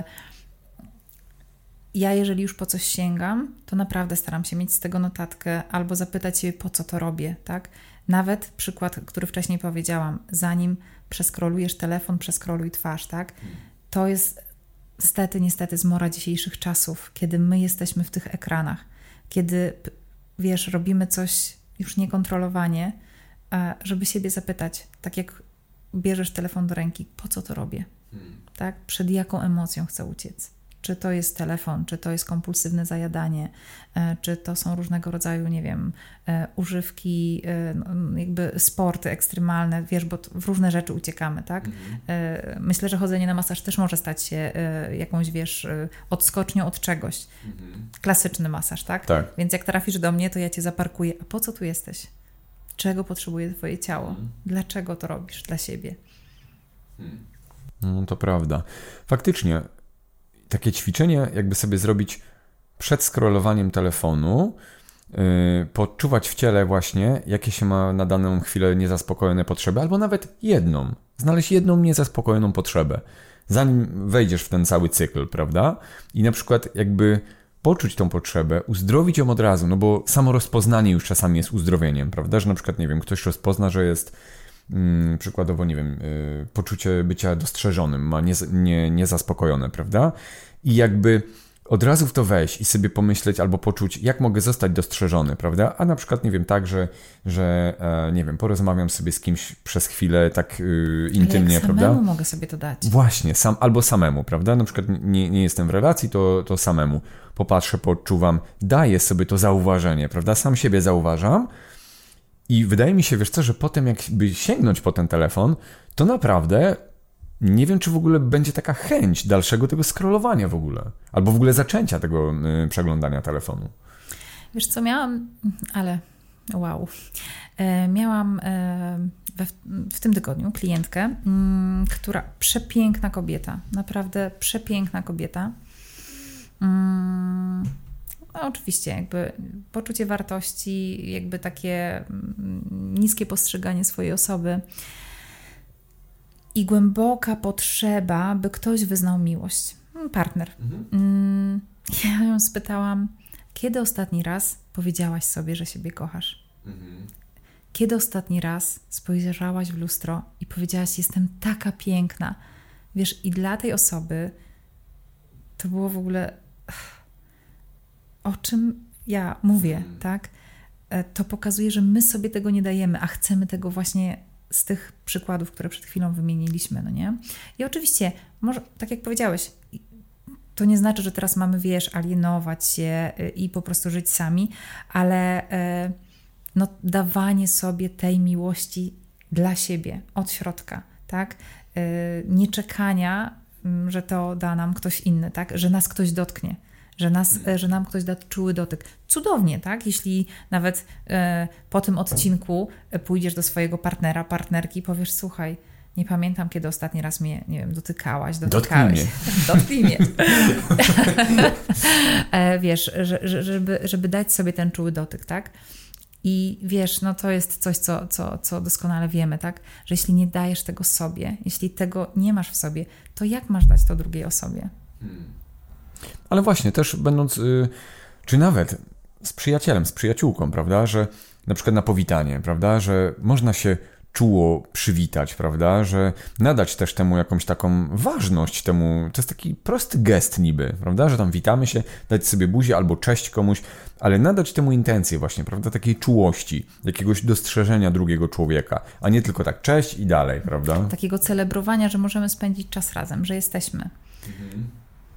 Ja jeżeli już po coś sięgam, to naprawdę staram się mieć z tego notatkę albo zapytać się, po co to robię, tak? Nawet przykład, który wcześniej powiedziałam, zanim przeskrolujesz telefon, przeskroluj twarz, tak? To jest niestety, niestety zmora dzisiejszych czasów, kiedy my jesteśmy w tych ekranach, kiedy, wiesz, robimy coś już niekontrolowanie, żeby siebie zapytać, tak jak bierzesz telefon do ręki, po co to robię, tak? Przed jaką emocją chcę uciec? Czy to jest telefon, czy to jest kompulsywne zajadanie, czy to są różnego rodzaju, nie wiem, używki, jakby sporty ekstremalne, wiesz, bo w różne rzeczy uciekamy, tak? Mhm. Myślę, że chodzenie na masaż też może stać się jakąś, wiesz, odskocznią od czegoś. Mhm. Klasyczny masaż, tak? Tak? Więc jak trafisz do mnie, to ja cię zaparkuję. A po co tu jesteś? Czego potrzebuje twoje ciało? Mhm. Dlaczego to robisz dla siebie? No to prawda. Faktycznie takie ćwiczenie, jakby sobie zrobić przed scrollowaniem telefonu, yy, poczuwać w ciele właśnie, jakie się ma na daną chwilę niezaspokojone potrzeby, albo nawet jedną. Znaleźć jedną niezaspokojoną potrzebę, zanim wejdziesz w ten cały cykl, prawda? I na przykład jakby poczuć tą potrzebę, uzdrowić ją od razu, no bo samo rozpoznanie już czasami jest uzdrowieniem, prawda? Że na przykład, nie wiem, ktoś rozpozna, że jest Hmm, przykładowo, nie wiem, yy, poczucie bycia dostrzeżonym, ma nie, nie, niezaspokojone, prawda? I jakby od razu w to wejść i sobie pomyśleć albo poczuć, jak mogę zostać dostrzeżony, prawda? A na przykład, nie wiem, tak, że, że e, nie wiem, porozmawiam sobie z kimś przez chwilę tak yy, intymnie, jak prawda? Samemu mogę sobie to dać. Właśnie, sam, albo samemu, prawda? Na przykład nie, nie jestem w relacji, to, to samemu popatrzę, poczuwam, daję sobie to zauważenie, prawda? Sam siebie zauważam. I wydaje mi się, wiesz co, że potem jakby sięgnąć po ten telefon, to naprawdę nie wiem, czy w ogóle będzie taka chęć dalszego tego scrollowania w ogóle. Albo w ogóle zaczęcia tego y, przeglądania telefonu. Wiesz co, miałam, ale wow, e, miałam e, we, w tym tygodniu klientkę, m, która przepiękna kobieta, naprawdę przepiękna kobieta. Mm. No, oczywiście, jakby poczucie wartości, jakby takie niskie postrzeganie swojej osoby i głęboka potrzeba, by ktoś wyznał miłość. Partner. Mhm. Ja ją spytałam, kiedy ostatni raz powiedziałaś sobie, że siebie kochasz? Mhm. Kiedy ostatni raz spojrzałaś w lustro i powiedziałaś, jestem taka piękna? Wiesz, i dla tej osoby to było w ogóle... o czym ja mówię, hmm. tak? To pokazuje, że my sobie tego nie dajemy, a chcemy tego właśnie z tych przykładów, które przed chwilą wymieniliśmy, no nie? I oczywiście, może, tak jak powiedziałeś, to nie znaczy, że teraz mamy, wiesz, alienować się i po prostu żyć sami, ale no, dawanie sobie tej miłości dla siebie, od środka, tak? Nie czekania, że to da nam ktoś inny, tak? Że nas ktoś dotknie. Że, nas, że nam ktoś da czuły dotyk. Cudownie, tak? Jeśli nawet e, po tym odcinku pójdziesz do swojego partnera, partnerki i powiesz, słuchaj, nie pamiętam, kiedy ostatni raz mnie, nie wiem, dotykałaś, dotykałeś. Dotknij mnie. e, wiesz, że, że, żeby, żeby dać sobie ten czuły dotyk, tak? I wiesz, no to jest coś, co, co, co doskonale wiemy, tak? Że jeśli nie dajesz tego sobie, jeśli tego nie masz w sobie, to jak masz dać to drugiej osobie? Hmm. Ale właśnie, też będąc, yy, czy nawet z przyjacielem, z przyjaciółką, prawda, że na przykład na powitanie, prawda, że można się czuło przywitać, prawda, że nadać też temu jakąś taką ważność temu, to jest taki prosty gest niby, prawda, że tam witamy się, dać sobie buzię albo cześć komuś, ale nadać temu intencję właśnie, prawda, takiej czułości, jakiegoś dostrzeżenia drugiego człowieka, a nie tylko tak cześć i dalej, prawda. Takiego celebrowania, że możemy spędzić czas razem, że jesteśmy. Mhm.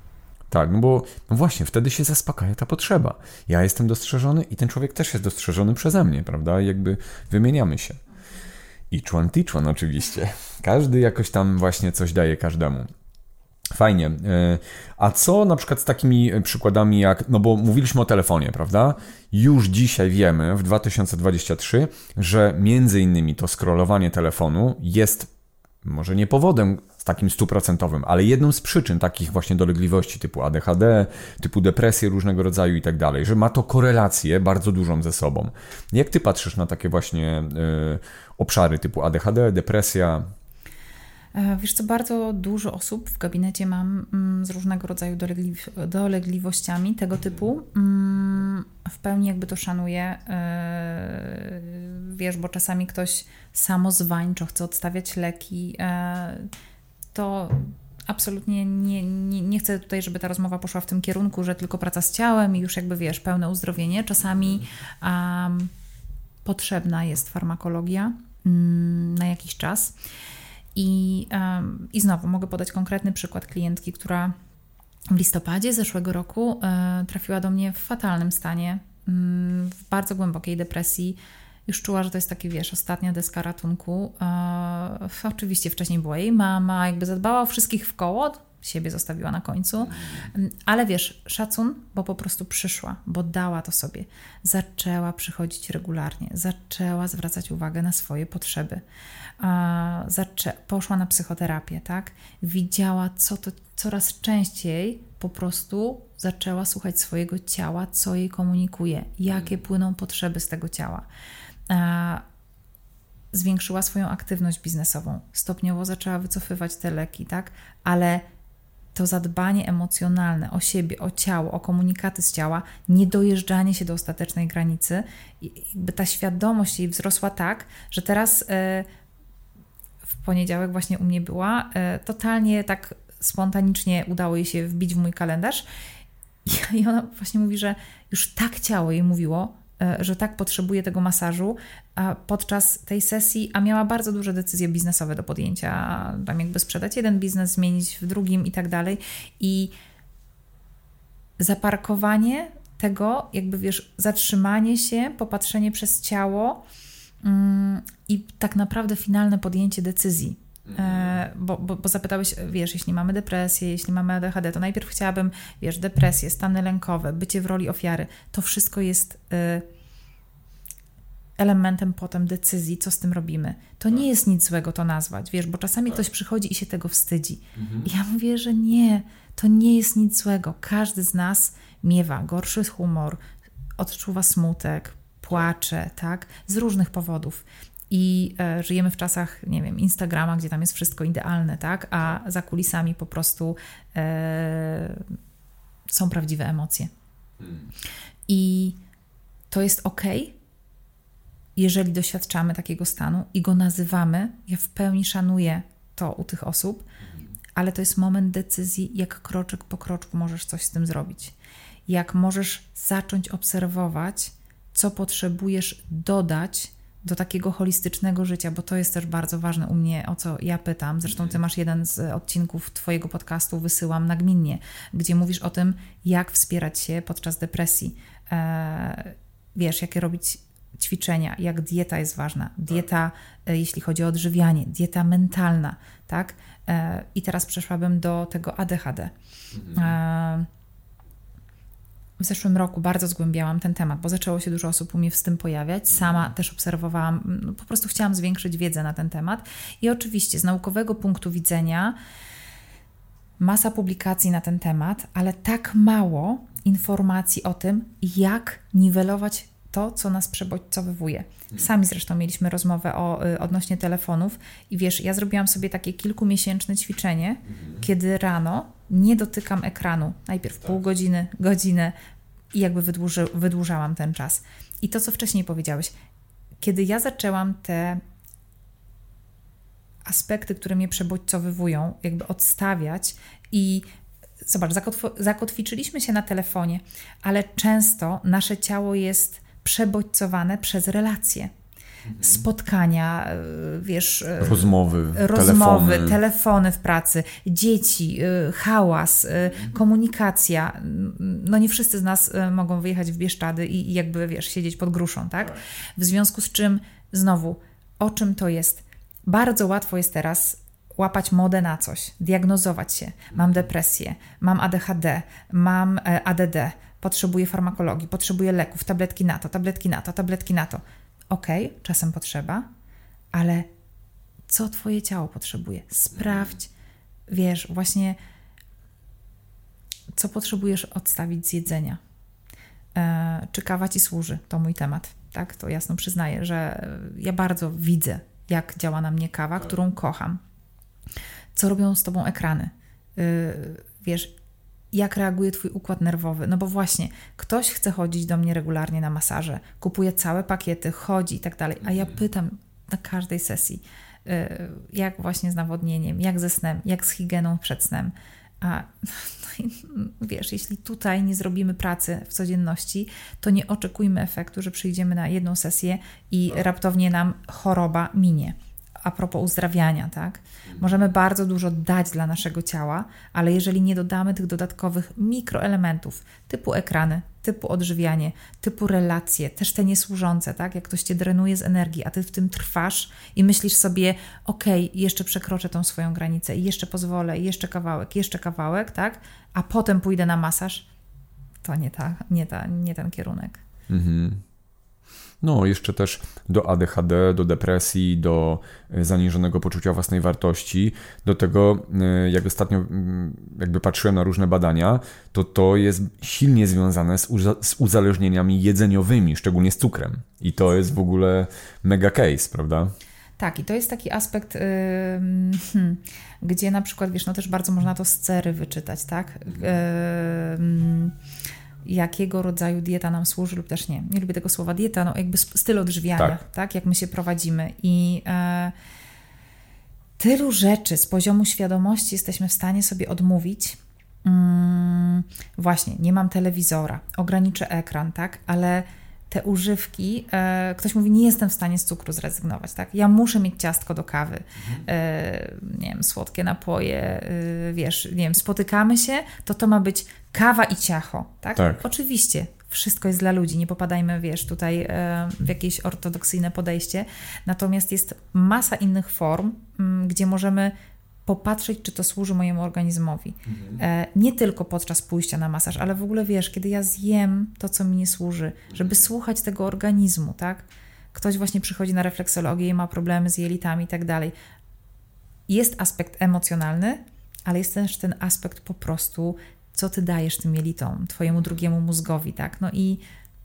Tak, no bo no właśnie, wtedy się zaspokaja ta potrzeba. Ja jestem dostrzeżony i ten człowiek też jest dostrzeżony przeze mnie, prawda? I jakby wymieniamy się. Each one teach one oczywiście. Każdy jakoś tam właśnie coś daje każdemu. Fajnie. A co na przykład z takimi przykładami jak, no bo mówiliśmy o telefonie, prawda? Już dzisiaj wiemy w dwa tysiące dwudziestym trzecim, że między innymi to scrollowanie telefonu jest może nie powodem takim stuprocentowym, ale jedną z przyczyn takich właśnie dolegliwości typu A D H D, typu depresje różnego rodzaju i tak dalej, że ma to korelację bardzo dużą ze sobą. Jak ty patrzysz na takie właśnie y, obszary typu A D H D, depresja? Wiesz co, bardzo dużo osób w gabinecie mam z różnego rodzaju dolegli- dolegliwościami tego typu. W pełni jakby to szanuję. Wiesz, bo czasami ktoś samozwańczo chce odstawiać leki. To absolutnie nie, nie, nie chcę tutaj, żeby ta rozmowa poszła w tym kierunku, że tylko praca z ciałem i już jakby wiesz, pełne uzdrowienie. Czasami um, potrzebna jest farmakologia um, na jakiś czas. I, um, I znowu mogę podać konkretny przykład klientki, która w listopadzie zeszłego roku e, trafiła do mnie w fatalnym stanie, m, w bardzo głębokiej depresji. Już czuła, że to jest taki, wiesz, ostatnia deska ratunku. E, oczywiście wcześniej była jej mama, jakby zadbała o wszystkich w koło, siebie zostawiła na końcu, ale wiesz, szacun, bo po prostu przyszła, bo dała to sobie. Zaczęła przychodzić regularnie, zaczęła zwracać uwagę na swoje potrzeby. Zaczę- poszła na psychoterapię, tak? Widziała, co to coraz częściej po prostu zaczęła słuchać swojego ciała, co jej komunikuje, jakie płyną potrzeby z tego ciała. Zwiększyła swoją aktywność biznesową, stopniowo zaczęła wycofywać te leki, tak? Ale to zadbanie emocjonalne o siebie, o ciało, o komunikaty z ciała, niedojeżdżanie się do ostatecznej granicy, jakby ta świadomość jej wzrosła tak, że teraz e, w poniedziałek właśnie u mnie była, e, totalnie tak spontanicznie udało jej się wbić w mój kalendarz i, i ona właśnie mówi, że już tak ciało jej mówiło, że tak potrzebuje tego masażu podczas tej sesji, a miała bardzo duże decyzje biznesowe do podjęcia, tam jakby sprzedać jeden biznes, zmienić w drugim i tak dalej. I zaparkowanie tego, jakby wiesz, zatrzymanie się, popatrzenie przez ciało mm, i tak naprawdę finalne podjęcie decyzji. E, bo, bo, bo zapytałeś, wiesz, jeśli mamy depresję, jeśli mamy A D H D, to najpierw chciałabym, wiesz, depresję, stany lękowe, bycie w roli ofiary, to wszystko jest y, elementem potem decyzji, co z tym robimy. To nie jest nic złego to nazwać, wiesz, bo czasami ktoś przychodzi i się tego wstydzi. Mhm. I ja mówię, że nie, to nie jest nic złego. Każdy z nas miewa gorszy humor, odczuwa smutek, płacze, tak, z różnych powodów. I e, żyjemy w czasach, nie wiem, Instagrama, gdzie tam jest wszystko idealne, tak? A za kulisami po prostu e, są prawdziwe emocje. Hmm. I to jest okej, jeżeli doświadczamy takiego stanu i go nazywamy. Ja w pełni szanuję to u tych osób, ale to jest moment decyzji, jak kroczek po kroczku możesz coś z tym zrobić. Jak możesz zacząć obserwować, co potrzebujesz dodać do takiego holistycznego życia, bo to jest też bardzo ważne u mnie, o co ja pytam. Zresztą ty masz jeden z odcinków twojego podcastu, wysyłam nagminnie, gdzie mówisz o tym, jak wspierać się podczas depresji. Eee, wiesz, jakie robić ćwiczenia, jak dieta jest ważna. Dieta, e, jeśli chodzi o odżywianie, dieta mentalna, tak? Eee, I teraz przeszłabym do tego A D H D. Eee, W zeszłym roku bardzo zgłębiałam ten temat, bo zaczęło się dużo osób u mnie z tym pojawiać. Sama też obserwowałam, no po prostu chciałam zwiększyć wiedzę na ten temat. I oczywiście z naukowego punktu widzenia masa publikacji na ten temat, ale tak mało informacji o tym, jak niwelować to, co nas przebodźcowywuje. Sami zresztą mieliśmy rozmowę o, odnośnie telefonów i wiesz, ja zrobiłam sobie takie kilkumiesięczne ćwiczenie, mhm. kiedy rano nie dotykam ekranu. Najpierw tak. pół godziny, godzinę i jakby wydłuży, wydłużałam ten czas. I to, co wcześniej powiedziałeś, kiedy ja zaczęłam te aspekty, które mnie przebodźcowywują, jakby odstawiać i zobacz, zakotw- zakotwiczyliśmy się na telefonie, ale często nasze ciało jest przebodźcowane przez relacje. spotkania, wiesz... Rozmowy, rozmowy, telefony. telefony w pracy, dzieci, hałas, komunikacja. No nie wszyscy z nas mogą wyjechać w Bieszczady i jakby, wiesz, siedzieć pod gruszą, tak? W związku z czym, znowu, o czym to jest? Bardzo łatwo jest teraz łapać modę na coś, diagnozować się. Mam depresję, mam A D H D, mam A D D, potrzebuję farmakologii, potrzebuję leków, tabletki na to, tabletki na to, tabletki na to. Okej, okay, czasem potrzeba, ale co twoje ciało potrzebuje? Sprawdź, wiesz, właśnie co potrzebujesz odstawić z jedzenia. E, czy kawa ci służy? To mój temat, tak? To jasno przyznaję, że ja bardzo widzę, jak działa na mnie kawa, którą kocham. Co robią z tobą ekrany? Yy, wiesz, jak reaguje twój układ nerwowy? No bo właśnie, ktoś chce chodzić do mnie regularnie na masaże, kupuje całe pakiety, chodzi i tak dalej, a ja pytam na każdej sesji, yy, jak właśnie z nawodnieniem, jak ze snem, jak z higieną przed snem. A no i, wiesz, jeśli tutaj nie zrobimy pracy w codzienności, to nie oczekujmy efektu, że przyjdziemy na jedną sesję i raptownie nam choroba minie. A propos uzdrawiania, tak? Możemy bardzo dużo dać dla naszego ciała, ale jeżeli nie dodamy tych dodatkowych mikroelementów, typu ekrany, typu odżywianie, typu relacje, też te niesłużące, tak? Jak ktoś cię drenuje z energii, a ty w tym trwasz i myślisz sobie, okej, okay, jeszcze przekroczę tą swoją granicę i jeszcze pozwolę, i jeszcze kawałek, jeszcze kawałek, tak? A potem pójdę na masaż, to nie, ta, nie, ta, nie ten kierunek. Mhm. No, jeszcze też do A D H D, do depresji, do zaniżonego poczucia własnej wartości, do tego, jak ostatnio jakby patrzyłem na różne badania, to to jest silnie związane z, uza- z uzależnieniami jedzeniowymi, szczególnie z cukrem. I to jest w ogóle mega case, prawda? Tak, i to jest taki aspekt, yy, hmm, gdzie na przykład, wiesz, no też bardzo można to z cery wyczytać, tak? Yy, jakiego rodzaju dieta nam służy lub też nie. Nie lubię tego słowa dieta, no jakby styl odżywiania, tak, tak jak my się prowadzimy. I e, tylu rzeczy z poziomu świadomości jesteśmy w stanie sobie odmówić. Mm, właśnie, nie mam telewizora, ograniczę ekran, tak, ale te używki, e, ktoś mówi, nie jestem w stanie z cukru zrezygnować, tak? Ja muszę mieć ciastko do kawy, e, nie wiem, słodkie napoje, e, wiesz, nie wiem, spotykamy się, to to ma być kawa i ciacho, tak? Tak. Oczywiście, wszystko jest dla ludzi, nie popadajmy, wiesz, tutaj e, w jakieś ortodoksyjne podejście, natomiast jest masa innych form, m, gdzie możemy popatrzeć, czy to służy mojemu organizmowi. Mhm. E, nie tylko podczas pójścia na masaż, ale w ogóle wiesz, kiedy ja zjem to, co mi nie służy, żeby słuchać tego organizmu, tak? Ktoś właśnie przychodzi na refleksologię i ma problemy z jelitami i tak dalej. Jest aspekt emocjonalny, ale jest też ten aspekt po prostu, co ty dajesz tym jelitom, twojemu drugiemu mózgowi, tak? No i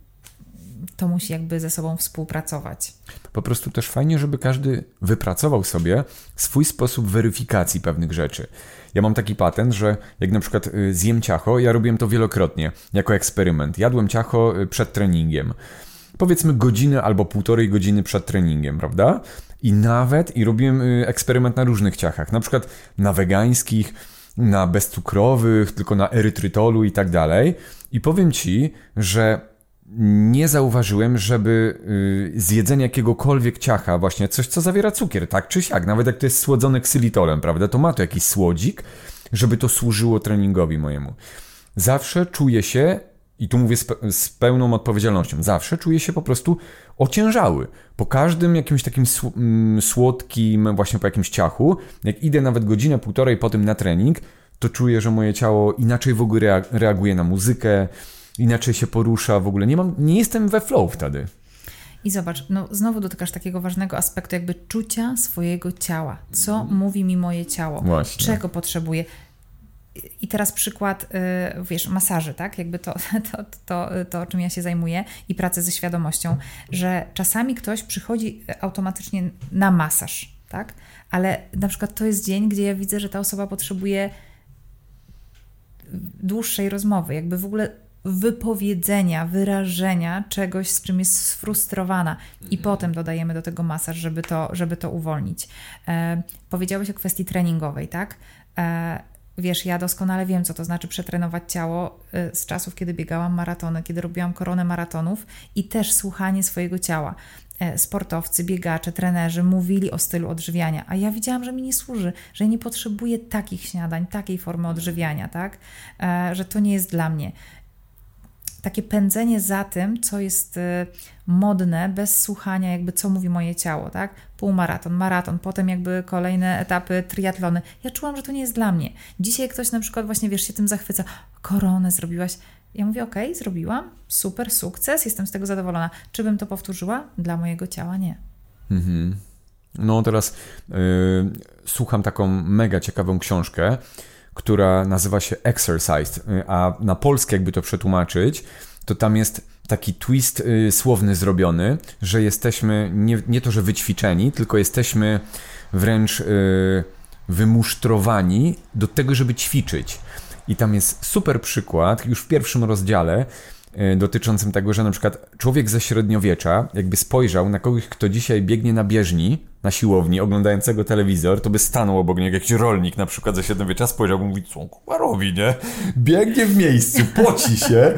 to musi jakby ze sobą współpracować. Po prostu też fajnie, żeby każdy wypracował sobie swój sposób weryfikacji pewnych rzeczy. Ja mam taki patent, że jak na przykład zjem ciacho, ja robiłem to wielokrotnie jako eksperyment. Jadłem ciacho przed treningiem. Powiedzmy godzinę albo półtorej godziny przed treningiem, prawda? I nawet, i robiłem eksperyment na różnych ciachach, na przykład na wegańskich, na bezcukrowych, tylko na erytrytolu i tak dalej. I powiem Ci, że nie zauważyłem, żeby yy, zjedzenie jakiegokolwiek ciacha, właśnie coś, co zawiera cukier, tak czy siak, nawet jak to jest słodzone ksylitolem, prawda, to ma to jakiś słodzik, żeby to służyło treningowi mojemu. Zawsze czuję się, i tu mówię z, pe- z pełną odpowiedzialnością, zawsze czuję się po prostu ociężały. Po każdym jakimś takim sł- mm, słodkim, właśnie po jakimś ciachu, jak idę nawet godzinę, półtorej po tym na trening, to czuję, że moje ciało inaczej w ogóle reag- reaguje na muzykę, inaczej się porusza, w ogóle nie mam, nie jestem we flow wtedy. I zobacz, no znowu dotykasz takiego ważnego aspektu jakby czucia swojego ciała. Co mm. mówi mi moje ciało? Właśnie. Czego potrzebuję? I teraz przykład, yy, wiesz, masaży, tak? Jakby to, to, to, to, czym ja się zajmuję i pracę ze świadomością, że czasami ktoś przychodzi automatycznie na masaż, tak? Ale na przykład to jest dzień, gdzie ja widzę, że ta osoba potrzebuje dłuższej rozmowy, jakby w ogóle wypowiedzenia, wyrażenia czegoś, z czym jest sfrustrowana i mhm. potem dodajemy do tego masaż, żeby to, żeby to uwolnić. E, powiedziałeś o kwestii treningowej, tak? E, wiesz, ja doskonale wiem, co to znaczy przetrenować ciało z czasów, kiedy biegałam maratony, kiedy robiłam koronę maratonów i też słuchanie swojego ciała. Sportowcy, biegacze, trenerzy mówili o stylu odżywiania, a ja widziałam, że mi nie służy, że nie potrzebuję takich śniadań, takiej formy odżywiania, tak? Że to nie jest dla mnie. Takie pędzenie za tym, co jest modne, bez słuchania jakby co mówi moje ciało, tak? Półmaraton, maraton, potem jakby kolejne etapy, triatlony. Ja czułam, że to nie jest dla mnie. Dzisiaj ktoś na przykład właśnie, wiesz, się tym zachwyca. Koronę zrobiłaś. Ja mówię, okej, okay, zrobiłam, super, sukces, jestem z tego zadowolona. Czy bym to powtórzyła? Dla mojego ciała nie. Mhm. No teraz yy, słucham taką mega ciekawą książkę, która nazywa się Exercise, a na polskie jakby to przetłumaczyć, to tam jest taki twist y, słowny zrobiony, że jesteśmy nie, nie to, że wyćwiczeni, tylko jesteśmy wręcz y, wymusztrowani do tego, żeby ćwiczyć. I tam jest super przykład, już w pierwszym rozdziale, y, dotyczącym tego, że na przykład człowiek ze średniowiecza, jakby spojrzał na kogoś, kto dzisiaj biegnie na bieżni, na siłowni, oglądającego telewizor, to by stanął obok niego jakiś rolnik na przykład ze średniowiecza, spojrzał i mówi, co on kurwa robi, nie? Biegnie w miejscu, poci się,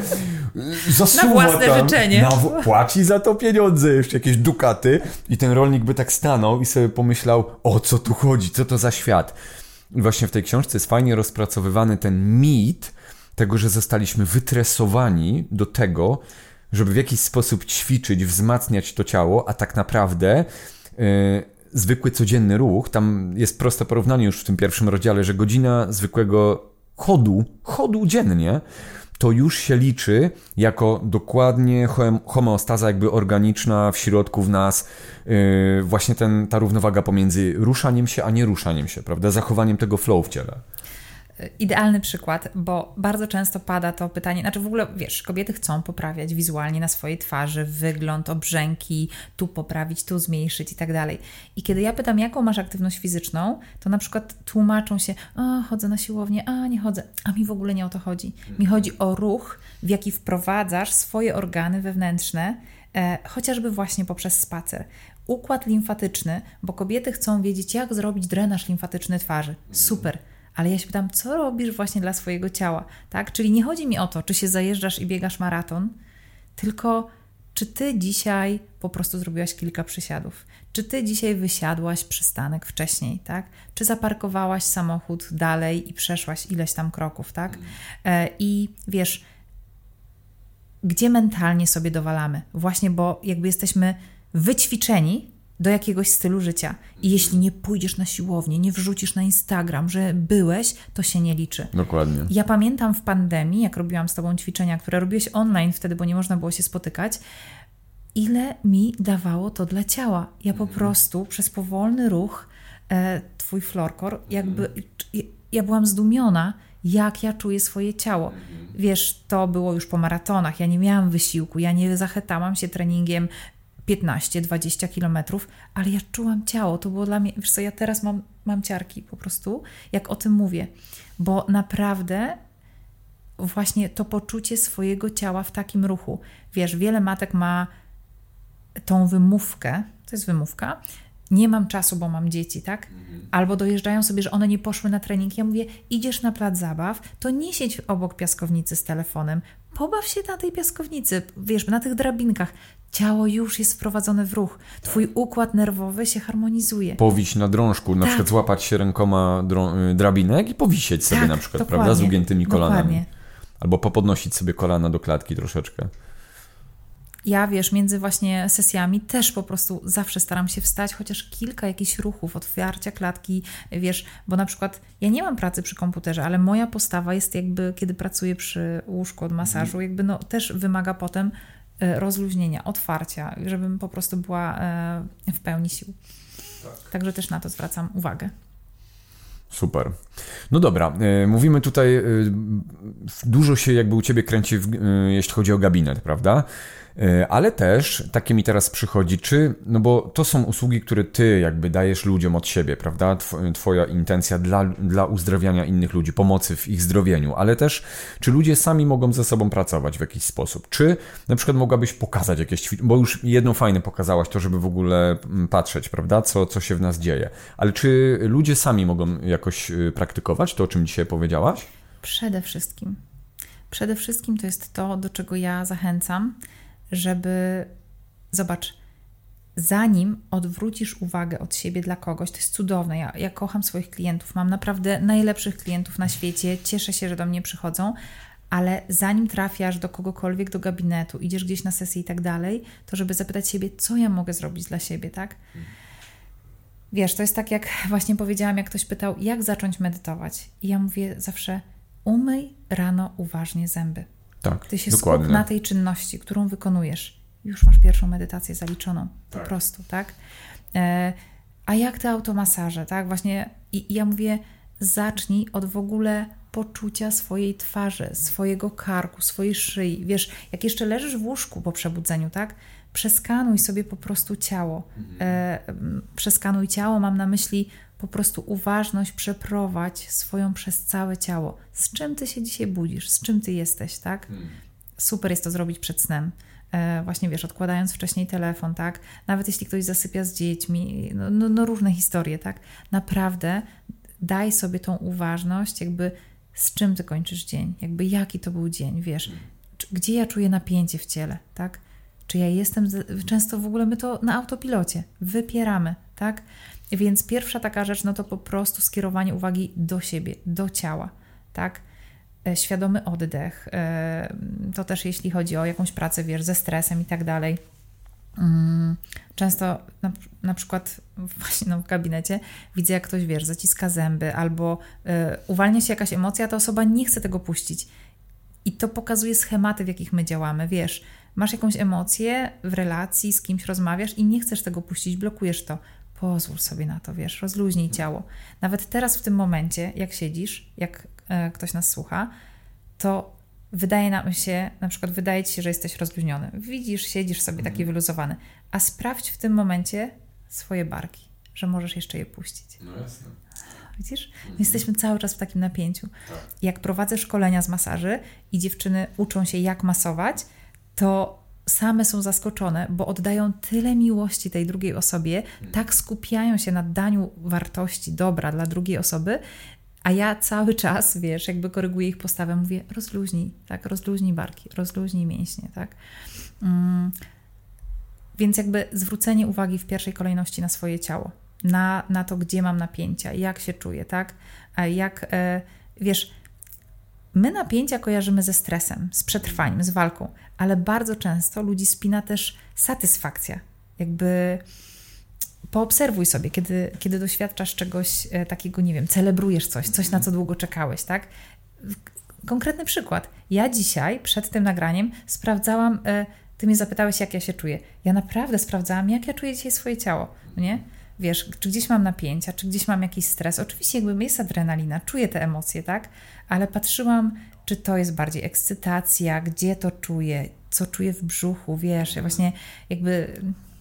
zasuwa na własne tam, życzenie. Na, płaci za to pieniądze, jeszcze jakieś dukaty i ten rolnik by tak stanął i sobie pomyślał, o co tu chodzi, co to za świat. I właśnie w tej książce jest fajnie rozpracowywany ten mit tego, że zostaliśmy wytresowani do tego, żeby w jakiś sposób ćwiczyć, wzmacniać to ciało, a tak naprawdę yy, zwykły codzienny ruch, tam jest proste porównanie już w tym pierwszym rozdziale, że godzina zwykłego chodu, chodu dziennie, to już się liczy jako dokładnie homeostaza jakby organiczna w środku w nas, yy, właśnie ten, ta równowaga pomiędzy ruszaniem się, a nie ruszaniem się, prawda, zachowaniem tego flow w ciele. Idealny przykład, bo bardzo często pada to pytanie, znaczy w ogóle, wiesz, kobiety chcą poprawiać wizualnie na swojej twarzy wygląd, obrzęki, tu poprawić, tu zmniejszyć i tak dalej. I kiedy ja pytam, jaką masz aktywność fizyczną, to na przykład tłumaczą się, a chodzę na siłownię, a nie chodzę, a mi w ogóle nie o to chodzi. Mi chodzi o ruch, w jaki wprowadzasz swoje organy wewnętrzne, e, chociażby właśnie poprzez spacer. Układ limfatyczny, bo kobiety chcą wiedzieć, jak zrobić drenaż limfatyczny twarzy. Super. Ale ja się pytam, co robisz właśnie dla swojego ciała, tak? Czyli nie chodzi mi o to, czy się zajeżdżasz i biegasz maraton, tylko czy ty dzisiaj po prostu zrobiłaś kilka przysiadów? Czy ty dzisiaj wysiadłaś przystanek wcześniej, tak? Czy zaparkowałaś samochód dalej i przeszłaś ileś tam kroków, tak? E, I wiesz, gdzie mentalnie sobie dowalamy? Właśnie, bo jakby jesteśmy wyćwiczeni do jakiegoś stylu życia. I jeśli nie pójdziesz na siłownię, nie wrzucisz na Instagram, że byłeś, to się nie liczy. Dokładnie. Ja pamiętam w pandemii, jak robiłam z tobą ćwiczenia, które robiłeś online wtedy, bo nie można było się spotykać, ile mi dawało to dla ciała. Ja po prostu przez powolny ruch, e, twój floorcore, jakby ja byłam zdumiona, jak ja czuję swoje ciało. Wiesz, to było już po maratonach, ja nie miałam wysiłku, ja nie zachetałam się treningiem piętnaście dwadzieścia kilometrów, ale ja czułam ciało, to było dla mnie, wiesz co, ja teraz mam, mam ciarki po prostu, jak o tym mówię, bo naprawdę właśnie to poczucie swojego ciała w takim ruchu, wiesz, wiele matek ma tą wymówkę, to jest wymówka, nie mam czasu, bo mam dzieci, tak? Albo dojeżdżają sobie, że one nie poszły na trening. Ja mówię, idziesz na plac zabaw, to nie siedź obok piaskownicy z telefonem. Pobaw się na tej piaskownicy, wiesz, na tych drabinkach. Ciało już jest wprowadzone w ruch. Twój układ nerwowy się harmonizuje. Powiś na drążku, na tak. przykład złapać się rękoma drą- drabinek i powisieć sobie tak, na przykład, dokładnie, prawda, z ugiętymi kolanami. Dokładnie. Albo popodnosić sobie kolana do klatki troszeczkę. Ja, wiesz, między właśnie sesjami też po prostu zawsze staram się wstać, chociaż kilka jakichś ruchów, otwarcia klatki, wiesz, bo na przykład ja nie mam pracy przy komputerze, ale moja postawa jest jakby, kiedy pracuję przy łóżku od masażu, jakby no też wymaga potem rozluźnienia, otwarcia, żebym po prostu była w pełni sił. Tak. Także też na to zwracam uwagę. Super. No dobra, mówimy tutaj, dużo się jakby u Ciebie kręci, w, jeśli chodzi o gabinet, prawda? Ale też takie mi teraz przychodzi, czy, no bo to są usługi, które ty jakby dajesz ludziom od siebie, prawda? Twoja intencja dla, dla uzdrawiania innych ludzi, pomocy w ich zdrowieniu, ale też czy ludzie sami mogą ze sobą pracować w jakiś sposób? Czy na przykład mogłabyś pokazać jakieś ćwiczenie, bo już jedno fajne pokazałaś to, żeby w ogóle patrzeć, prawda? Co, co się w nas dzieje. Ale czy ludzie sami mogą jakoś praktykować to, o czym dzisiaj powiedziałaś? Przede wszystkim. Przede wszystkim to jest to, do czego ja zachęcam, żeby, zobacz, zanim odwrócisz uwagę od siebie dla kogoś, to jest cudowne, ja, ja kocham swoich klientów, mam naprawdę najlepszych klientów na świecie, cieszę się, że do mnie przychodzą, ale zanim trafiasz do kogokolwiek do gabinetu, idziesz gdzieś na sesję i tak dalej, to żeby zapytać siebie, co ja mogę zrobić dla siebie, tak? Wiesz, to jest tak, jak właśnie powiedziałam, jak ktoś pytał, jak zacząć medytować? I ja mówię zawsze, umyj rano uważnie zęby. Tak, Ty się dokładnie. skup na tej czynności, którą wykonujesz. Już masz pierwszą medytację zaliczoną. Tak. Po prostu, tak? E, a jak te automasaże, tak? Właśnie i, i ja mówię, zacznij od w ogóle poczucia swojej twarzy, swojego karku, swojej szyi. Wiesz, jak jeszcze leżysz w łóżku po przebudzeniu, tak? Przeskanuj sobie po prostu ciało. E, przeskanuj ciało, mam na myśli po prostu uważność przeprowadź swoją przez całe ciało. Z czym ty się dzisiaj budzisz? Z czym ty jesteś, tak? Hmm. Super jest to zrobić przed snem. E, właśnie wiesz, odkładając wcześniej telefon, tak? Nawet jeśli ktoś zasypia z dziećmi, no, no, no różne historie, tak? Naprawdę daj sobie tą uważność, jakby z czym ty kończysz dzień, jakby jaki to był dzień, wiesz? Gdzie ja czuję napięcie w ciele, tak? Czy ja jestem, często w ogóle my to na autopilocie wypieramy, tak? Więc pierwsza taka rzecz, no to po prostu skierowanie uwagi do siebie, do ciała, tak? Świadomy oddech, to też jeśli chodzi o jakąś pracę, wiesz, ze stresem i tak dalej. Często na, na przykład właśnie no, w gabinecie widzę, jak ktoś, wiesz, zaciska zęby albo uwalnia się jakaś emocja, a ta osoba nie chce tego puścić. I to pokazuje schematy, w jakich my działamy, wiesz. Masz jakąś emocję w relacji, z kimś rozmawiasz i nie chcesz tego puścić, blokujesz to. Pozwól sobie na to, wiesz, rozluźnij ciało. Nawet teraz w tym momencie, jak siedzisz, jak e, ktoś nas słucha, to wydaje nam się, na przykład wydaje ci się, że jesteś rozluźniony. Widzisz, siedzisz sobie taki wyluzowany, a sprawdź w tym momencie swoje barki, że możesz jeszcze je puścić. No jasne. Widzisz? My jesteśmy cały czas w takim napięciu. Jak prowadzę szkolenia z masaży i dziewczyny uczą się, jak masować, to same są zaskoczone, bo oddają tyle miłości tej drugiej osobie, tak skupiają się na daniu wartości, dobra dla drugiej osoby, a ja cały czas, wiesz, jakby koryguję ich postawę, mówię, rozluźnij, tak, rozluźnij barki, rozluźnij mięśnie, tak. Mm. Więc jakby zwrócenie uwagi w pierwszej kolejności na swoje ciało, na, na to, gdzie mam napięcia, jak się czuję, tak, a jak, e, wiesz, my napięcia kojarzymy ze stresem, z przetrwaniem, z walką, ale bardzo często ludzi spina też satysfakcja. Jakby poobserwuj sobie, kiedy, kiedy doświadczasz czegoś takiego, nie wiem, celebrujesz coś, coś na co długo czekałeś, tak? Konkretny przykład. Ja dzisiaj przed tym nagraniem sprawdzałam, ty mnie zapytałeś, jak ja się czuję. Ja naprawdę sprawdzałam, jak ja czuję dzisiaj swoje ciało, nie? Wiesz, czy gdzieś mam napięcia, czy gdzieś mam jakiś stres. Oczywiście jakby jest adrenalina, czuję te emocje, tak? Ale patrzyłam, czy to jest bardziej ekscytacja, gdzie to czuję, co czuję w brzuchu, wiesz, ja właśnie jakby...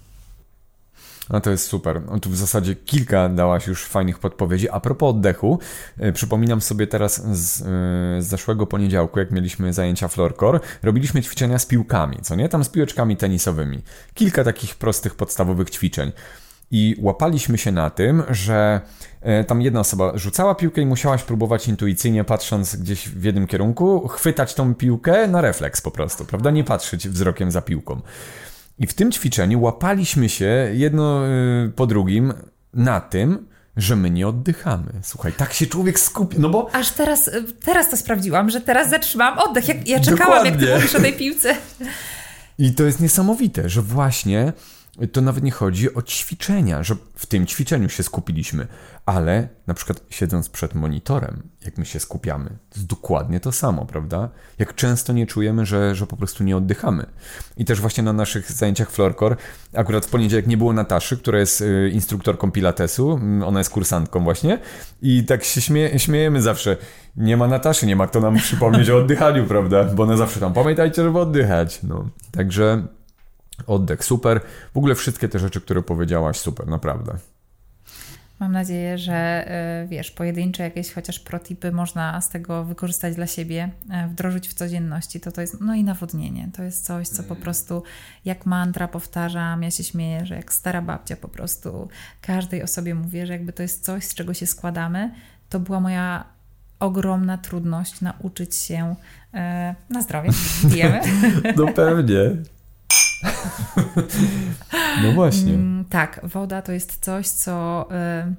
No to jest super. Tu w zasadzie kilka dałaś już fajnych podpowiedzi. A propos oddechu, yy, przypominam sobie teraz z, yy, z zeszłego poniedziałku, jak mieliśmy zajęcia Floorcore, robiliśmy ćwiczenia z piłkami, co nie? Tam z piłeczkami tenisowymi. Kilka takich prostych, podstawowych ćwiczeń. I łapaliśmy się na tym, że yy, tam jedna osoba rzucała piłkę i musiałaś próbować intuicyjnie, patrząc gdzieś w jednym kierunku, chwytać tą piłkę na refleks po prostu, prawda? Nie patrzeć wzrokiem za piłką. I w tym ćwiczeniu łapaliśmy się jedno yy, po drugim na tym, że my nie oddychamy. Słuchaj, tak się człowiek skupi, no bo... Aż teraz, teraz to sprawdziłam, że teraz zatrzymałam oddech. Jak, ja czekałam, Dokładnie. Jak ty mówisz o tej piłce. I to jest niesamowite, że właśnie to nawet nie chodzi o ćwiczenia, że w tym ćwiczeniu się skupiliśmy, ale na przykład siedząc przed monitorem, jak my się skupiamy, to jest dokładnie to samo, prawda? Jak często nie czujemy, że, że po prostu nie oddychamy. I też właśnie na naszych zajęciach Floorcore, akurat w poniedziałek nie było Nataszy, która jest instruktorką pilatesu, ona jest kursantką właśnie i tak się śmie- śmiejemy zawsze, nie ma Nataszy, nie ma kto nam przypomnieć o oddychaniu, prawda? Bo ona zawsze tam, pamiętajcie, żeby oddychać. No, także... Oddech super. W ogóle wszystkie te rzeczy, które powiedziałaś, super, naprawdę. Mam nadzieję, że wiesz, pojedyncze jakieś chociaż protipy można z tego wykorzystać dla siebie, wdrożyć w codzienności. To to jest, no i nawodnienie. To jest coś, co po prostu jak mantra powtarzam. Ja się śmieję, że jak stara babcia po prostu każdej osobie mówię, że jakby to jest coś, z czego się składamy. To była moja ogromna trudność nauczyć się e, na zdrowie. Pijemy. No pewnie. No właśnie. Mm, tak, woda to jest coś, co y,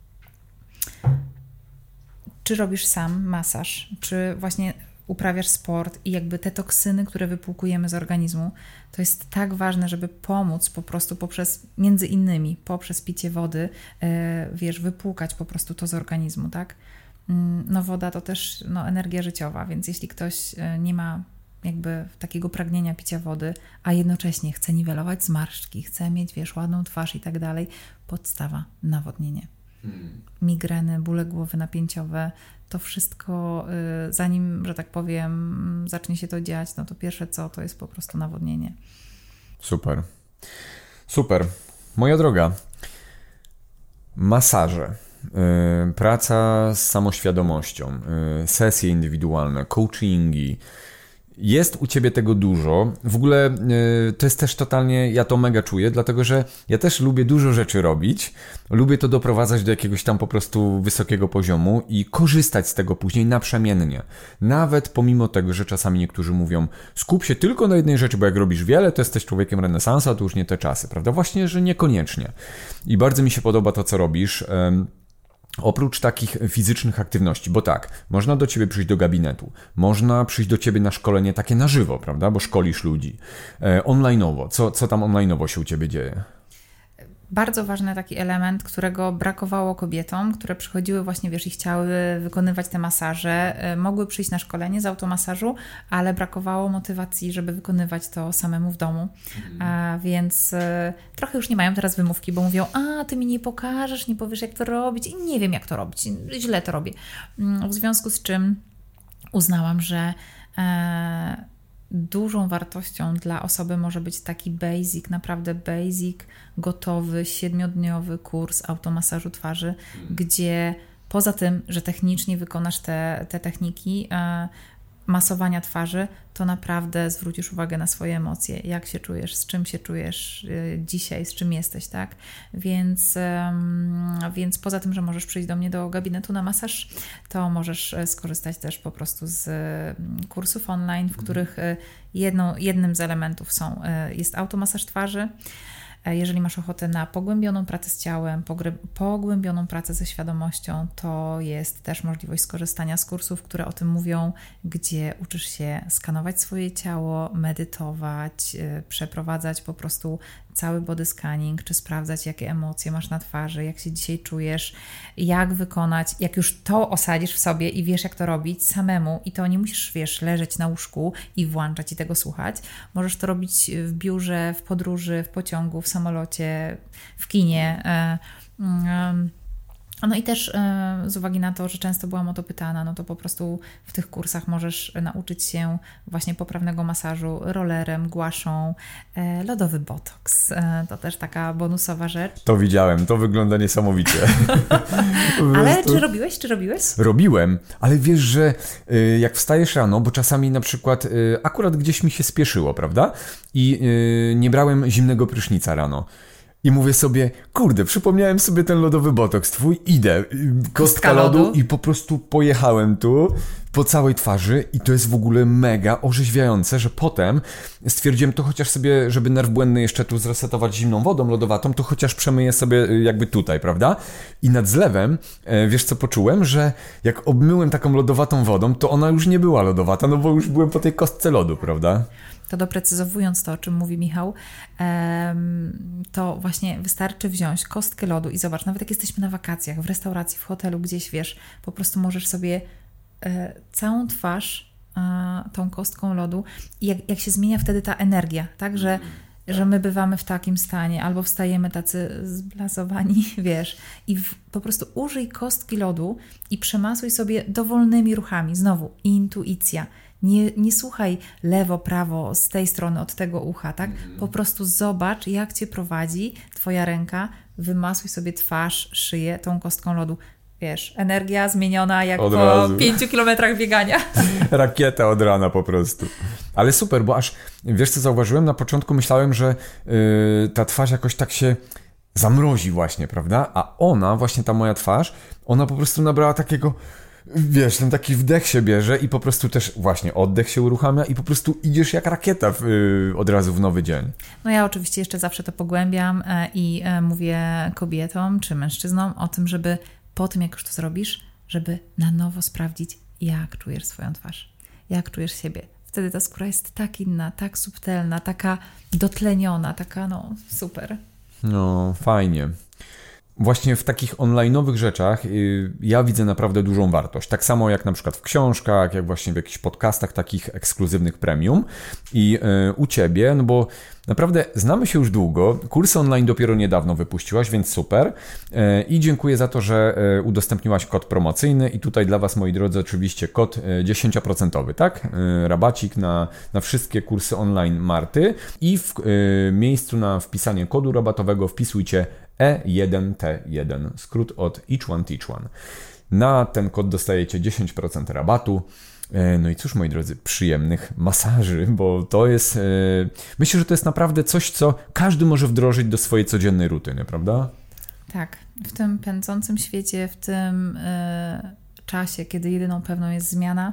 czy robisz sam masaż, czy właśnie uprawiasz sport i jakby te toksyny, które wypłukujemy z organizmu, to jest tak ważne, żeby pomóc po prostu poprzez, między innymi poprzez picie wody, y, wiesz, wypłukać po prostu to z organizmu, tak? No woda to też no, energia życiowa, więc jeśli ktoś y, nie ma jakby takiego pragnienia picia wody, a jednocześnie chce niwelować zmarszczki, chce mieć, wiesz, ładną twarz i tak dalej, podstawa nawodnienie. Hmm. Migreny, bóle głowy napięciowe, to wszystko, y, zanim, że tak powiem, zacznie się to dziać, no to pierwsze co, to jest po prostu nawodnienie. Super. Super. Moja droga, masaże, y, praca z samoświadomością, y, sesje indywidualne, coachingi, jest u Ciebie tego dużo. W ogóle yy, to jest też totalnie, ja to mega czuję, dlatego że ja też lubię dużo rzeczy robić. Lubię to doprowadzać do jakiegoś tam po prostu wysokiego poziomu i korzystać z tego później naprzemiennie. Nawet pomimo tego, że czasami niektórzy mówią, skup się tylko na jednej rzeczy, bo jak robisz wiele, to jesteś człowiekiem renesansu, a to już nie te czasy, prawda? Właśnie, że niekoniecznie. I bardzo mi się podoba to, co robisz. Yy. Oprócz takich fizycznych aktywności, bo tak, można do Ciebie przyjść do gabinetu, można przyjść do Ciebie na szkolenie takie na żywo, prawda, bo szkolisz ludzi. E, online'owo, co, co tam online'owo się u Ciebie dzieje? Bardzo ważny taki element, którego brakowało kobietom, które przychodziły właśnie, wiesz, i chciały wykonywać te masaże, mogły przyjść na szkolenie z automasażu, ale brakowało motywacji, żeby wykonywać to samemu w domu. Mhm. A więc y, trochę już nie mają teraz wymówki, bo mówią, a ty mi nie pokażesz, nie powiesz jak to robić i nie wiem jak to robić, źle to robię. W związku z czym uznałam, że e, dużą wartością dla osoby może być taki basic, naprawdę basic, gotowy, siedmiodniowy kurs automasażu twarzy, mm. gdzie poza tym, że technicznie wykonasz te, te techniki e, masowania twarzy, to naprawdę zwrócisz uwagę na swoje emocje, jak się czujesz, z czym się czujesz e, dzisiaj, z czym jesteś, tak? Więc, e, więc poza tym, że możesz przyjść do mnie do gabinetu na masaż, to możesz skorzystać też po prostu z kursów online, w których jedną, jednym z elementów są, jest automasaż twarzy. Jeżeli masz ochotę na pogłębioną pracę z ciałem, pogłębioną pracę ze świadomością, to jest też możliwość skorzystania z kursów, które o tym mówią, gdzie uczysz się skanować swoje ciało, medytować, przeprowadzać po prostu cały body scanning, czy sprawdzać, jakie emocje masz na twarzy, jak się dzisiaj czujesz, jak wykonać, jak już to osadzisz w sobie i wiesz, jak to robić samemu i to nie musisz, wiesz, leżeć na łóżku i włączać i tego słuchać. Możesz to robić w biurze, w podróży, w pociągu, w samolocie, w kinie. No i też z uwagi na to, że często byłam o to pytana, no to po prostu w tych kursach możesz nauczyć się właśnie poprawnego masażu rollerem, guaszą, lodowy botoks. To też taka bonusowa rzecz. To widziałem, to wygląda niesamowicie. Ale czy robiłeś, czy robiłeś? Robiłem, ale wiesz, że jak wstajesz rano, bo czasami na przykład akurat gdzieś mi się spieszyło, prawda? I nie brałem zimnego prysznica rano. I mówię sobie, kurde, przypomniałem sobie ten lodowy botoks twój, idę, kostka lodu. lodu i po prostu pojechałem tu po całej twarzy i to jest w ogóle mega orzeźwiające, że potem stwierdziłem to chociaż sobie, żeby nerw błędny jeszcze tu zresetować zimną wodą lodowatą, to chociaż przemyję sobie jakby tutaj, prawda? I nad zlewem, wiesz co poczułem, że jak obmyłem taką lodowatą wodą, to ona już nie była lodowata, no bo już byłem po tej kostce lodu, prawda? To doprecyzowując to, o czym mówi Michał, to właśnie wystarczy wziąć kostkę lodu i zobacz, nawet jak jesteśmy na wakacjach, w restauracji, w hotelu, gdzieś, wiesz, po prostu możesz sobie całą twarz tą kostką lodu i jak, jak się zmienia wtedy ta energia, tak, że że my bywamy w takim stanie, albo wstajemy tacy zblazowani, wiesz, i w, po prostu użyj kostki lodu i przemasuj sobie dowolnymi ruchami. Znowu, intuicja. Nie, nie słuchaj lewo, prawo, z tej strony, od tego ucha, tak? Po prostu zobacz, jak Cię prowadzi Twoja ręka, wymasuj sobie twarz, szyję tą kostką lodu. Wiesz, energia zmieniona jak od po razu. pięciu kilometrach biegania. Rakieta od rana po prostu. Ale super, bo aż, wiesz co zauważyłem? Na początku myślałem, że yy, ta twarz jakoś tak się zamrozi właśnie, prawda? A ona, właśnie ta moja twarz, ona po prostu nabrała takiego, wiesz, ten taki wdech się bierze i po prostu też właśnie oddech się uruchamia i po prostu idziesz jak rakieta w, yy, od razu w nowy dzień. No ja oczywiście jeszcze zawsze to pogłębiam e, i e, mówię kobietom czy mężczyznom o tym, żeby po tym, jak już to zrobisz, żeby na nowo sprawdzić, jak czujesz swoją twarz, jak czujesz siebie. Wtedy ta skóra jest tak inna, tak subtelna, taka dotleniona, taka no super. No, fajnie. Właśnie w takich online'owych rzeczach yy, ja widzę naprawdę dużą wartość. Tak samo jak na przykład w książkach, jak właśnie w jakichś podcastach takich ekskluzywnych premium i yy, u Ciebie, no bo naprawdę znamy się już długo, kursy online dopiero niedawno wypuściłaś, więc super yy, i dziękuję za to, że yy, udostępniłaś kod promocyjny i tutaj dla Was, moi drodzy, oczywiście kod yy, dziesięć procent, tak? Yy, rabacik na, na wszystkie kursy online Marty i w yy, miejscu na wpisanie kodu rabatowego wpisujcie E jeden T jeden, skrót od Each One Teach One. Na ten kod dostajecie dziesięć procent rabatu. No i cóż, moi drodzy, przyjemnych masaży, bo to jest, myślę, że to jest naprawdę coś, co każdy może wdrożyć do swojej codziennej rutyny, prawda? Tak, w tym pędzącym świecie, w tym y, czasie, kiedy jedyną pewną jest zmiana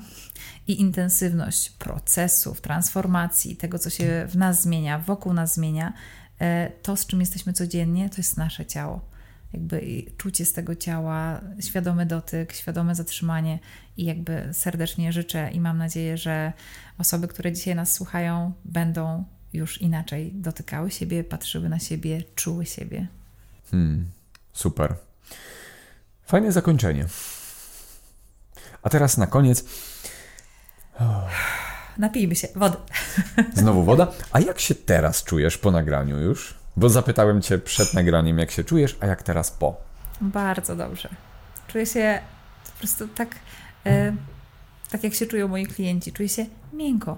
i intensywność procesów, transformacji, tego, co się w nas zmienia, wokół nas zmienia, to, z czym jesteśmy codziennie, to jest nasze ciało. Jakby czucie z tego ciała, świadomy dotyk, świadome zatrzymanie i jakby serdecznie życzę i mam nadzieję, że osoby, które dzisiaj nas słuchają, będą już inaczej dotykały siebie, patrzyły na siebie, czuły siebie. Hmm, super. Fajne zakończenie. A teraz na koniec... Oh. Napijmy się wody. Znowu woda. A jak się teraz czujesz po nagraniu już? Bo zapytałem Cię przed nagraniem, jak się czujesz, a jak teraz po? Bardzo dobrze. Czuję się po prostu tak, e, tak jak się czują moi klienci. Czuję się miękko.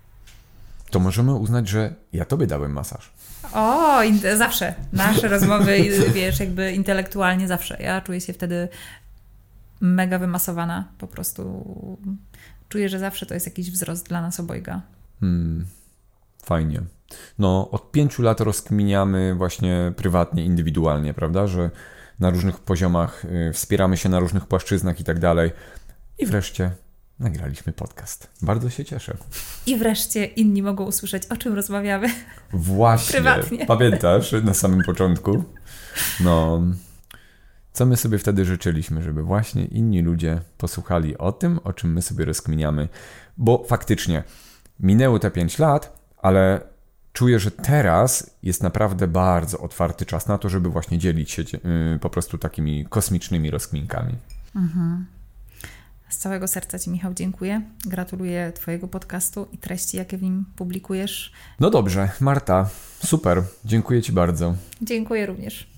To możemy uznać, że ja Tobie dałem masaż. O, in- zawsze. Nasze rozmowy, wiesz, jakby intelektualnie zawsze. Ja czuję się wtedy mega wymasowana. Po prostu czuję, że zawsze to jest jakiś wzrost dla nas obojga. Hmm, fajnie. No, od pięciu lat rozkminiamy właśnie prywatnie, indywidualnie, prawda, że na różnych poziomach y, wspieramy się na różnych płaszczyznach i tak dalej. I wreszcie nagraliśmy podcast. Bardzo się cieszę. I wreszcie inni mogą usłyszeć, o czym rozmawiamy. Właśnie. Prywatnie. Pamiętasz na samym początku? No, co my sobie wtedy życzyliśmy, żeby właśnie inni ludzie posłuchali o tym, o czym my sobie rozkminiamy. Bo faktycznie minęło te pięć lat, ale czuję, że teraz jest naprawdę bardzo otwarty czas na to, żeby właśnie dzielić się yy, po prostu takimi kosmicznymi rozkminkami. Mhm. Z całego serca Ci, Michał, dziękuję. Gratuluję Twojego podcastu i treści, jakie w nim publikujesz. No dobrze, Marta, super. Dziękuję Ci bardzo. Dziękuję również.